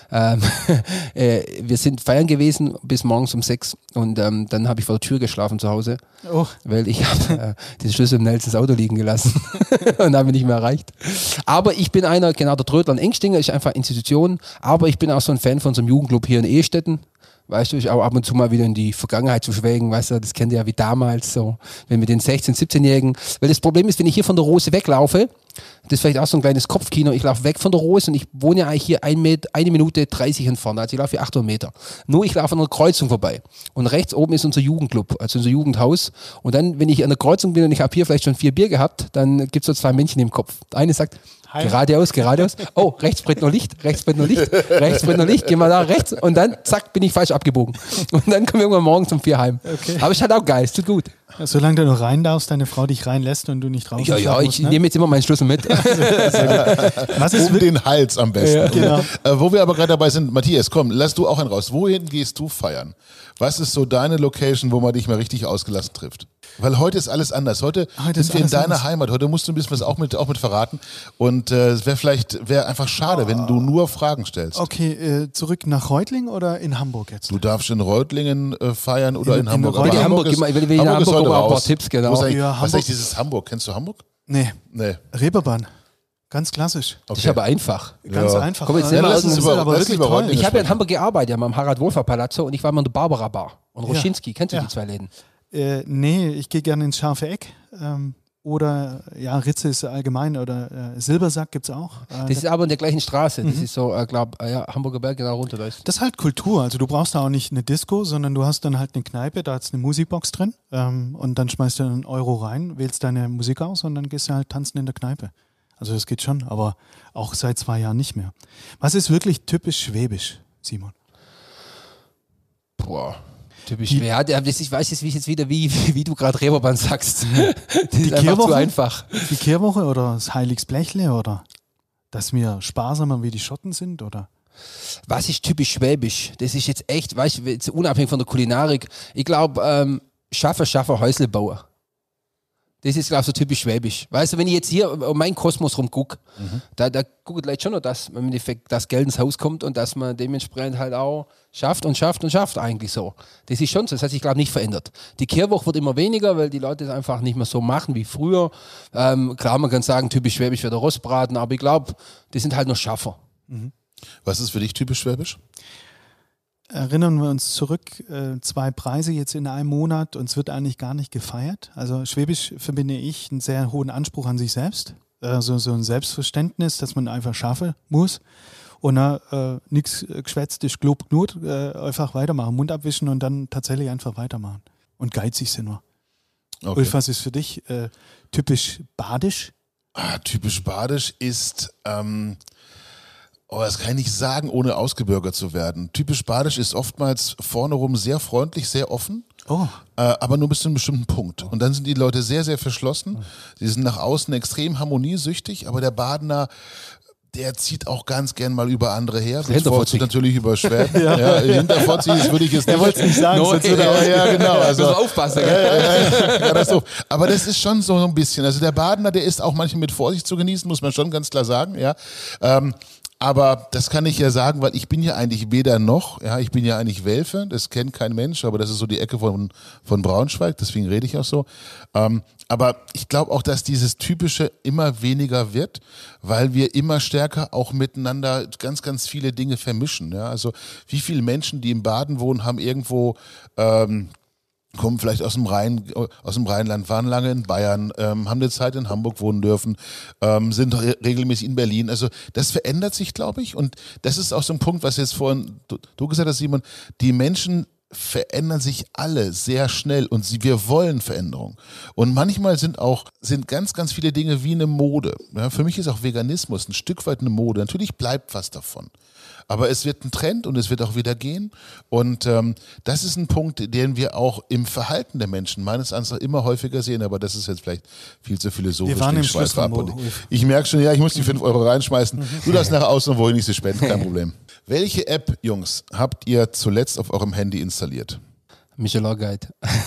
Wir sind feiern gewesen bis morgens um 6 und dann habe ich vor der Tür geschlafen zu Hause, weil ich habe den Schlüssel im Nelsons Auto liegen gelassen und habe ihn nicht mehr erreicht. Aber ich bin der Trödler in Engstinger ist einfach Institution, aber ich bin auch so ein Fan von unserem Jugendclub hier in Ehestetten. Weißt du, ich auch ab und zu mal wieder in die Vergangenheit zu schwelgen, weißt du, das kennt ihr ja wie damals so, wenn mit den 16-, 17-Jährigen, weil das Problem ist, wenn ich hier von der Rose weglaufe, Das ist vielleicht auch so ein kleines Kopfkino. Ich laufe weg von der Rose und ich wohne ja eigentlich hier 1 Minute 30 entfernt. Also ich laufe hier 800 Meter. Nur ich laufe an einer Kreuzung vorbei. Und rechts oben ist unser Jugendclub, also unser Jugendhaus. Und dann, wenn ich an der Kreuzung bin und ich habe hier vielleicht schon 4 Bier gehabt, dann gibt es so 2 Männchen im Kopf. Der eine sagt, geradeaus. Oh, rechts brennt noch Licht, rechts brennt noch Licht, geh mal da rechts. Und dann, zack, bin ich falsch abgebogen. Und dann kommen wir irgendwann morgens um 4 heim. Okay. Aber es ist halt auch geil, es tut gut. Solange du noch rein darfst, deine Frau dich reinlässt und du nicht raus. Ja, ich nehme jetzt immer meinen Schlüssel mit. Was ist den Hals am besten. Ja, genau. Wo wir aber gerade dabei sind, Matthias, komm, lass du auch einen raus. Wohin gehst du feiern? Was ist so deine Location, wo man dich mal richtig ausgelassen trifft? Weil heute ist alles anders. Heute sind wir in deiner Heimat. Heute musst du ein bisschen was auch mit verraten. Und es wäre einfach schade, wenn du nur Fragen stellst. Okay, zurück nach Reutlingen oder in Hamburg jetzt? Du darfst in Reutlingen feiern oder in Hamburg. Aber Hamburg ist heute raus. ein paar Tipps, genau. Was ist eigentlich dieses Hamburg? Kennst du Hamburg? Nee. Reeperbahn. Ganz klassisch. Okay. Das ist aber einfach. Ganz einfach. Komm, jetzt lass uns aber wirklich toll. Ich habe ja in Hamburg gearbeitet, ja, am Harald-Wolfer-Palazzo und ich war mal in der Barbara Bar. Und Roschinski, kennst du die 2 Läden? Nee, ich gehe gerne ins Scharfe Eck. Oder, Ritze ist allgemein. Oder Silbersack gibt es auch. Das ist aber in der gleichen Straße. Das ist so, Hamburger Berg genau runter. Da ist. Das ist halt Kultur. Also du brauchst da auch nicht eine Disco, sondern du hast dann halt eine Kneipe, da ist eine Musikbox drin. Und dann schmeißt du einen Euro rein, wählst deine Musik aus und dann gehst du halt tanzen in der Kneipe. Also das geht schon, aber auch seit 2 Jahren nicht mehr. Was ist wirklich typisch schwäbisch, Simon? Boah, typisch schwäbisch. Ich weiß jetzt wieder, wie du gerade Reeperbahn sagst. Das ist einfach zu einfach. Die Kehrwoche oder das Heiligsblechle oder dass wir sparsamer wie die Schotten sind oder? Was ist typisch schwäbisch? Das ist jetzt echt, weißt du, jetzt unabhängig von der Kulinarik. Ich glaube, Schaffer, Häusle bauen. Das ist, glaube ich, so typisch schwäbisch. Weißt du, wenn ich jetzt hier um meinen Kosmos rumgucke, da guckt vielleicht schon noch, dass man im Endeffekt das Geld ins Haus kommt und dass man dementsprechend halt auch schafft eigentlich so. Das ist schon so, das hat sich, glaube ich, nicht verändert. Die Kehrwoche wird immer weniger, weil die Leute es einfach nicht mehr so machen wie früher. Klar, man kann sagen, typisch schwäbisch wäre der Rostbraten, aber ich glaube, die sind halt noch Schaffer. Was ist für dich typisch schwäbisch? Erinnern wir uns zurück, 2 Preise jetzt in einem Monat und es wird eigentlich gar nicht gefeiert. Also Schwäbisch verbinde ich einen sehr hohen Anspruch an sich selbst, so ein Selbstverständnis, dass man einfach schaffen muss und nichts geschwätzt ist, Glob Knut, einfach weitermachen, Mund abwischen und dann tatsächlich einfach weitermachen. Und geizig sind wir. Okay. Ulf, was ist für dich typisch badisch? Typisch badisch ist... das kann ich nicht sagen, ohne ausgebürgert zu werden. Typisch badisch ist oftmals vorne rum sehr freundlich, sehr offen, aber nur bis zu einem bestimmten Punkt. Und dann sind die Leute sehr, sehr verschlossen. Sie sind nach außen extrem harmoniesüchtig, aber der Badener, der zieht auch ganz gern mal über andere her. Hinterfotzi natürlich über Schwäben. Hinterfotzi würde ich jetzt nicht. Er wollte es nicht sagen. Ja, genau. Also, aufpassen. Aber das ist schon so ein bisschen. Also der Badener, der ist auch manchmal mit Vorsicht zu genießen, muss man schon ganz klar sagen. Ja. Aber das kann ich ja sagen, weil ich bin ja eigentlich weder noch, ich bin ja eigentlich Welfe, das kennt kein Mensch, aber das ist so die Ecke von Braunschweig, deswegen rede ich auch so. Aber ich glaube auch, dass dieses Typische immer weniger wird, weil wir immer stärker auch miteinander ganz, ganz viele Dinge vermischen. Ja? Also wie viele Menschen, die im Baden wohnen, haben irgendwo... kommen vielleicht aus dem Rheinland, waren lange in Bayern, haben eine Zeit in Hamburg wohnen dürfen, sind regelmäßig in Berlin. Also das verändert sich, glaube ich. Und das ist auch so ein Punkt, was jetzt vorhin du gesagt hast, Simon, die Menschen verändern sich alle sehr schnell und wir wollen Veränderung. Und manchmal sind ganz, ganz viele Dinge wie eine Mode. Ja, für mich ist auch Veganismus ein Stück weit eine Mode. Natürlich bleibt was davon. Aber es wird ein Trend und es wird auch wieder gehen. Und das ist ein Punkt, den wir auch im Verhalten der Menschen meines Erachtens immer häufiger sehen. Aber das ist jetzt vielleicht viel zu philosophisch. Wir waren im Schluss von ich merke schon, ich muss die 5 Euro reinschmeißen. Du darfst nachher aus und wohin ich sie spenden, kein Problem. Welche App, Jungs, habt ihr zuletzt auf eurem Handy installiert? Michelin Guide.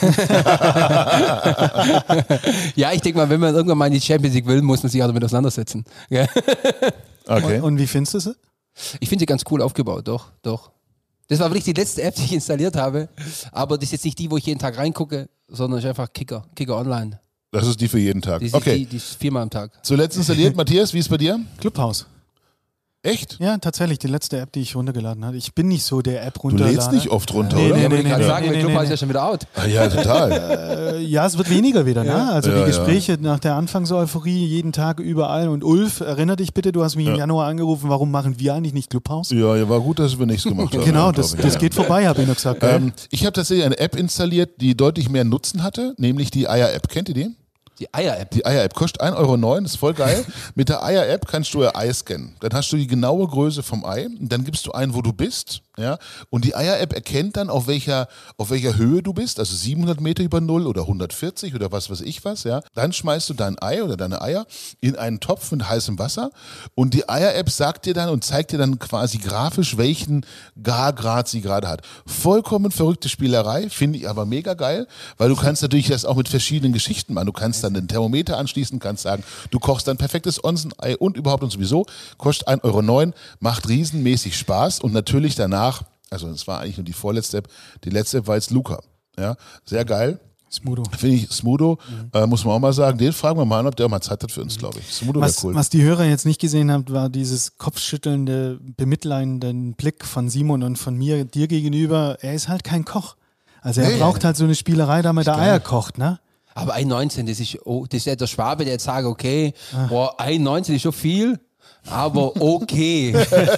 Ja, ich denke mal, wenn man irgendwann mal in die Champions League will, muss man sich auch damit auseinandersetzen. Okay. Und wie findest du sie? Ich finde sie ganz cool aufgebaut, doch. Das war wirklich die letzte App, die ich installiert habe. Aber das ist jetzt nicht die, wo ich jeden Tag reingucke, sondern ist einfach Kicker Online. Das ist die für jeden Tag. Die ist 4-mal am Tag. Zuletzt installiert, Matthias, wie ist es bei dir? Clubhouse. Echt? Ja, tatsächlich, die letzte App, die ich runtergeladen habe. Ich bin nicht so der Du App-Runterlader. lädst nicht oft runter, Nee, oder? nee, Ja, nee, wollte ich gerade nee, sagen, nee, der Club nee, ist ja schon wieder out. Ja, total. Ja, es wird weniger wieder, ne? Also Ja, die Gespräche nach der Anfangseuphorie, jeden Tag überall. Und Ulf, erinnere dich bitte, du hast mich im Januar angerufen, warum machen wir eigentlich nicht Clubhouse? Ja, war gut, dass wir nichts gemacht haben. Genau, glaub ich. das geht vorbei, habe ich noch gesagt. Gell? Ich habe tatsächlich eine App installiert, die deutlich mehr Nutzen hatte, nämlich die Eier-App. Kennt ihr die? Die Eier-App. Die Eier-App kostet 1,09 €, ist voll geil. Mit der Eier-App kannst du ihr Ei scannen. Dann hast du die genaue Größe vom Ei. Und dann gibst du ein, wo du bist. Ja? Und die Eier-App erkennt dann, auf welcher Höhe du bist. Also 700 Meter über Null oder 140 oder was weiß ich was. Ja? Dann schmeißt du dein Ei oder deine Eier in einen Topf mit heißem Wasser. Und die Eier-App sagt dir dann und zeigt dir dann quasi grafisch, welchen Gargrad sie gerade hat. Vollkommen verrückte Spielerei, finde ich aber mega geil, weil du kannst natürlich das auch mit verschiedenen Geschichten machen. Du kannst dann den Thermometer anschließen, kannst sagen, du kochst dann perfektes Onsen-Ei und überhaupt und sowieso, kostet 1,09 €, macht riesenmäßig Spaß und natürlich danach, also das war eigentlich nur die vorletzte App, die letzte App war jetzt Luca. Ja, sehr geil. Smudo. Finde ich, Smudo, muss man auch mal sagen, den fragen wir mal an, ob der auch mal Zeit hat für uns, glaube ich. Smudo wäre cool. Was die Hörer jetzt nicht gesehen haben, war dieses kopfschüttelnde, bemitleidende Blick von Simon und von mir dir gegenüber. Er ist halt kein Koch. Also er braucht halt so eine Spielerei, damit er Eier kocht, ne? Aber 1,19, das ist ja der Schwabe, der jetzt sagt, okay, boah, 1,19 ist schon viel, aber okay.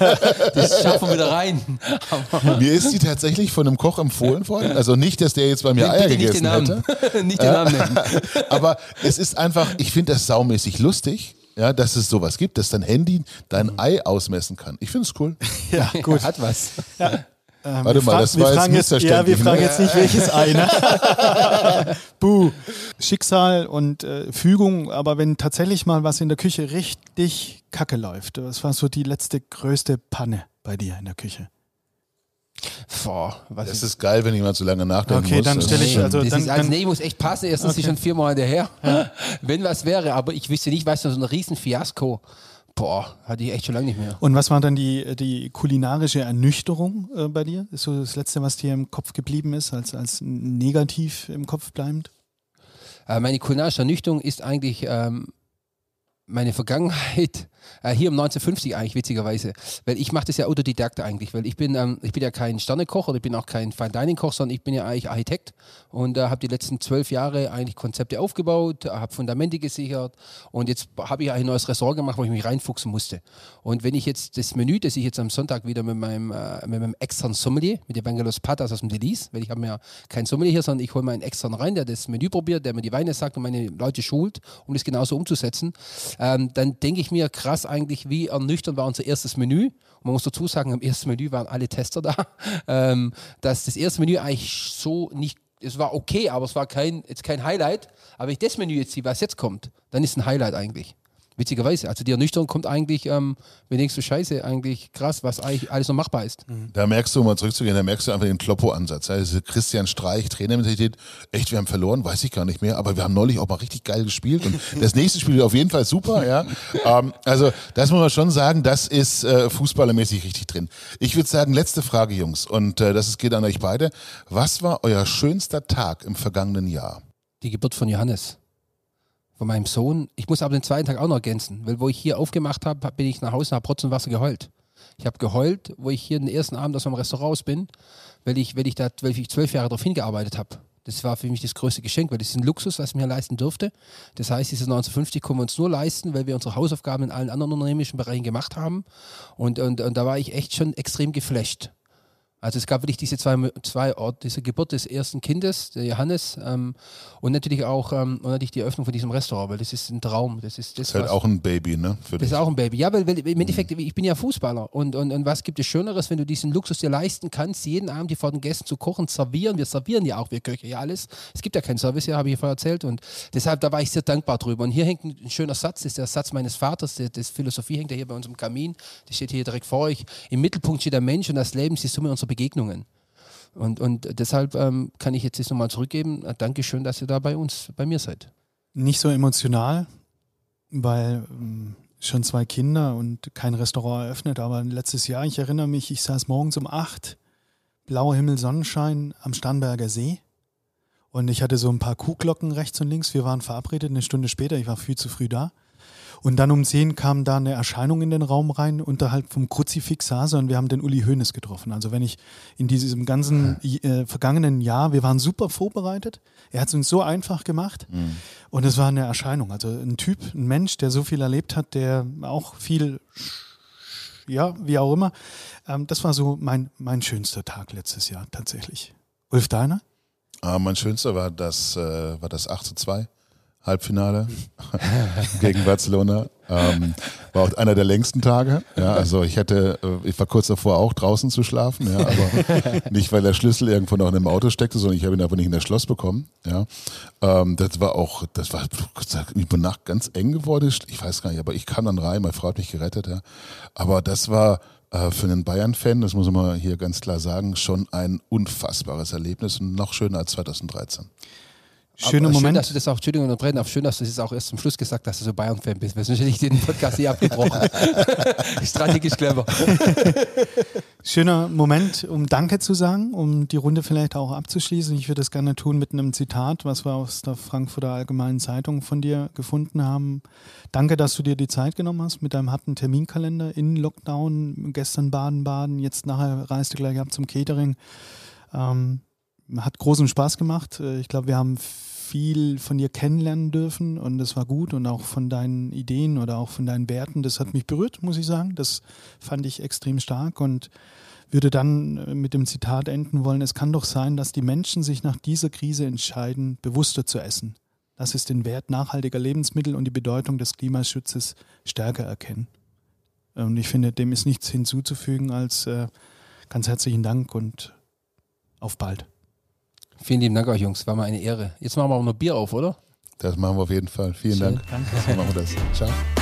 Das schaffen wir wieder rein. Aber Mir ist die tatsächlich von einem Koch empfohlen worden. Also nicht, dass der jetzt bei mir Eier bitte nicht gegessen den Namen. hätte. Nicht den Namen nennen. Aber es ist einfach, ich finde das saumäßig lustig, ja, dass es sowas gibt, dass dein Handy dein Ei ausmessen kann. Ich finde es cool. Ja, gut. Hat was. Warte mal, das war jetzt missverständlich. Ja, wir fragen ne? jetzt nicht, welches Ei, ne? Buh. Schicksal und Fügung, aber wenn tatsächlich mal was in der Küche richtig kacke läuft, was war so die letzte größte Panne bei dir in der Küche? Boah, was Das ist geil, wenn jemand so lange nachdenken Okay, muss. dann Das stelle ist ich, schon- also das dann, ist, also nee, ich muss echt passen. Erstens ist schon 4 Monate her. Wenn was wäre, aber ich wüsste nicht, was so ein riesen Fiasko. Boah, hatte ich echt schon lange nicht mehr. Und was war dann die kulinarische Ernüchterung bei dir? Ist so das Letzte, was dir im Kopf geblieben ist, als negativ im Kopf bleibend? Meine kulinarische Ernüchterung ist eigentlich meine Vergangenheit hier im 1950 eigentlich, witzigerweise. Weil ich mache das ja Autodidakt eigentlich, weil ich bin ja kein Sternekoch oder ich bin auch kein Fine-Dining-Koch, sondern ich bin ja eigentlich Architekt und habe die letzten 12 Jahre eigentlich Konzepte aufgebaut, habe Fundamente gesichert und jetzt habe ich ein neues Restaurant gemacht, wo ich mich reinfuchsen musste. Und wenn ich jetzt das Menü, das ich jetzt am Sonntag wieder mit meinem externen Sommelier, mit dem Evangelos Patas aus dem Delis, weil ich habe mir kein Sommelier hier, sondern ich hole mir einen externen rein, der das Menü probiert, der mir die Weine sagt und meine Leute schult, um das genauso umzusetzen, dann denke ich mir, krass eigentlich, wie ernüchternd war unser erstes Menü. Und man muss dazu sagen, am ersten Menü waren alle Tester da, dass das erste Menü eigentlich so nicht, es war okay, aber es war jetzt kein Highlight. Aber wenn ich das Menü jetzt sehe, was jetzt kommt, dann ist ein Highlight eigentlich. Witzigerweise. Also die Ernüchterung kommt eigentlich, wenn du denkst, du Scheiße, eigentlich krass, was eigentlich alles noch machbar ist. Da merkst du, um mal zurückzugehen, da merkst du einfach den Kloppo-Ansatz. Also Christian Streich, Trainermentalität, echt, wir haben verloren, weiß ich gar nicht mehr, aber wir haben neulich auch mal richtig geil gespielt und das nächste Spiel wird auf jeden Fall super, ja. Also das muss man schon sagen, das ist fußballermäßig richtig drin. Ich würde sagen, letzte Frage, Jungs, und geht an euch beide. Was war euer schönster Tag im vergangenen Jahr? Die Geburt von Johannes. Von meinem Sohn. Ich muss aber den zweiten Tag auch noch ergänzen, weil wo ich hier aufgemacht habe, bin ich nach Hause und habe Rotz und Wasser geheult. Ich habe geheult, wo ich hier den ersten Abend aus meinem Restaurant raus bin, weil ich 12 Jahre darauf hingearbeitet habe. Das war für mich das größte Geschenk, weil das ist ein Luxus, was ich mir leisten durfte. Das heißt, dieses 1950 können wir uns nur leisten, weil wir unsere Hausaufgaben in allen anderen unternehmerischen Bereichen gemacht haben. Und da war ich echt schon extrem geflasht. Also es gab wirklich diese zwei Orte, diese Geburt des ersten Kindes, der Johannes, und natürlich auch die Eröffnung von diesem Restaurant, weil das ist ein Traum. Das ist halt auch ein Baby, ne? Für das dich. ist auch ein Baby. Ja, weil im Endeffekt, ich bin ja Fußballer und was gibt es Schöneres, wenn du diesen Luxus dir leisten kannst, jeden Abend hier vor den Gästen zu kochen, servieren. Wir servieren ja auch, wir Köche, ja alles. Es gibt ja keinen Service hier, habe ich vorher erzählt und deshalb, da war ich sehr dankbar drüber. Und hier hängt ein schöner Satz, das ist der Satz meines Vaters, das Philosophie hängt ja hier bei uns im Kamin, das steht hier direkt vor euch. Im Mittelpunkt steht der Mensch und das Leben ist die Summe unserer Begegnungen. Und deshalb kann ich jetzt nochmal zurückgeben. Dankeschön, dass ihr da bei mir seid. Nicht so emotional, weil schon 2 Kinder und kein Restaurant eröffnet, aber letztes Jahr, ich erinnere mich, ich saß morgens um 8, blauer Himmel, Sonnenschein am Starnberger See und ich hatte so ein paar Kuhglocken rechts und links. Wir waren verabredet, eine Stunde später, ich war viel zu früh da. Und dann um 10 kam da eine Erscheinung in den Raum rein, unterhalb vom Kruzifix saß er und wir haben den Uli Hoeneß getroffen. Also wenn ich in diesem ganzen vergangenen Jahr, wir waren super vorbereitet, er hat es uns so einfach gemacht und es war eine Erscheinung. Also ein Typ, ein Mensch, der so viel erlebt hat, der auch viel, ja, wie auch immer. Das war so mein schönster Tag letztes Jahr tatsächlich. Ulf, deiner? Mein schönster war das 8:2 Halbfinale gegen Barcelona. War auch einer der längsten Tage. Ja, also ich war kurz davor auch draußen zu schlafen, ja, aber nicht, weil der Schlüssel irgendwo noch in einem Auto steckte, sondern ich habe ihn einfach nicht in das Schloss bekommen. Ja. Das war über Nacht ganz eng geworden. Ich weiß gar nicht, aber ich kam dann rein, meine Frau hat mich gerettet. Ja. Aber das war für einen Bayern-Fan, das muss man hier ganz klar sagen, schon ein unfassbares Erlebnis und noch schöner als 2013. Schöner Moment. Schön, dass du das auch, Entschuldigung, unterbrechen, aber schön, dass du das auch erst zum Schluss gesagt hast, dass du so Bayern-Fan bist. Weil sonst hätte ich den Podcast abgebrochen. Strategisch clever. Schöner Moment, um Danke zu sagen, um die Runde vielleicht auch abzuschließen. Ich würde das gerne tun mit einem Zitat, was wir aus der Frankfurter Allgemeinen Zeitung von dir gefunden haben. Danke, dass du dir die Zeit genommen hast mit deinem harten Terminkalender in Lockdown. Gestern Baden-Baden, jetzt nachher reist du gleich ab zum Catering. Hat großen Spaß gemacht. Ich glaube, wir haben viel von dir kennenlernen dürfen und das war gut und auch von deinen Ideen oder auch von deinen Werten. Das hat mich berührt, muss ich sagen. Das fand ich extrem stark und würde dann mit dem Zitat enden wollen: Es kann doch sein, dass die Menschen sich nach dieser Krise entscheiden, bewusster zu essen. Das ist den Wert nachhaltiger Lebensmittel und die Bedeutung des Klimaschutzes stärker erkennen. Und ich finde, dem ist nichts hinzuzufügen als ganz herzlichen Dank und auf bald. Vielen lieben Dank euch, Jungs. War mal eine Ehre. Jetzt machen wir auch noch Bier auf, oder? Das machen wir auf jeden Fall. Vielen Dank. Danke. So machen wir das. Ciao.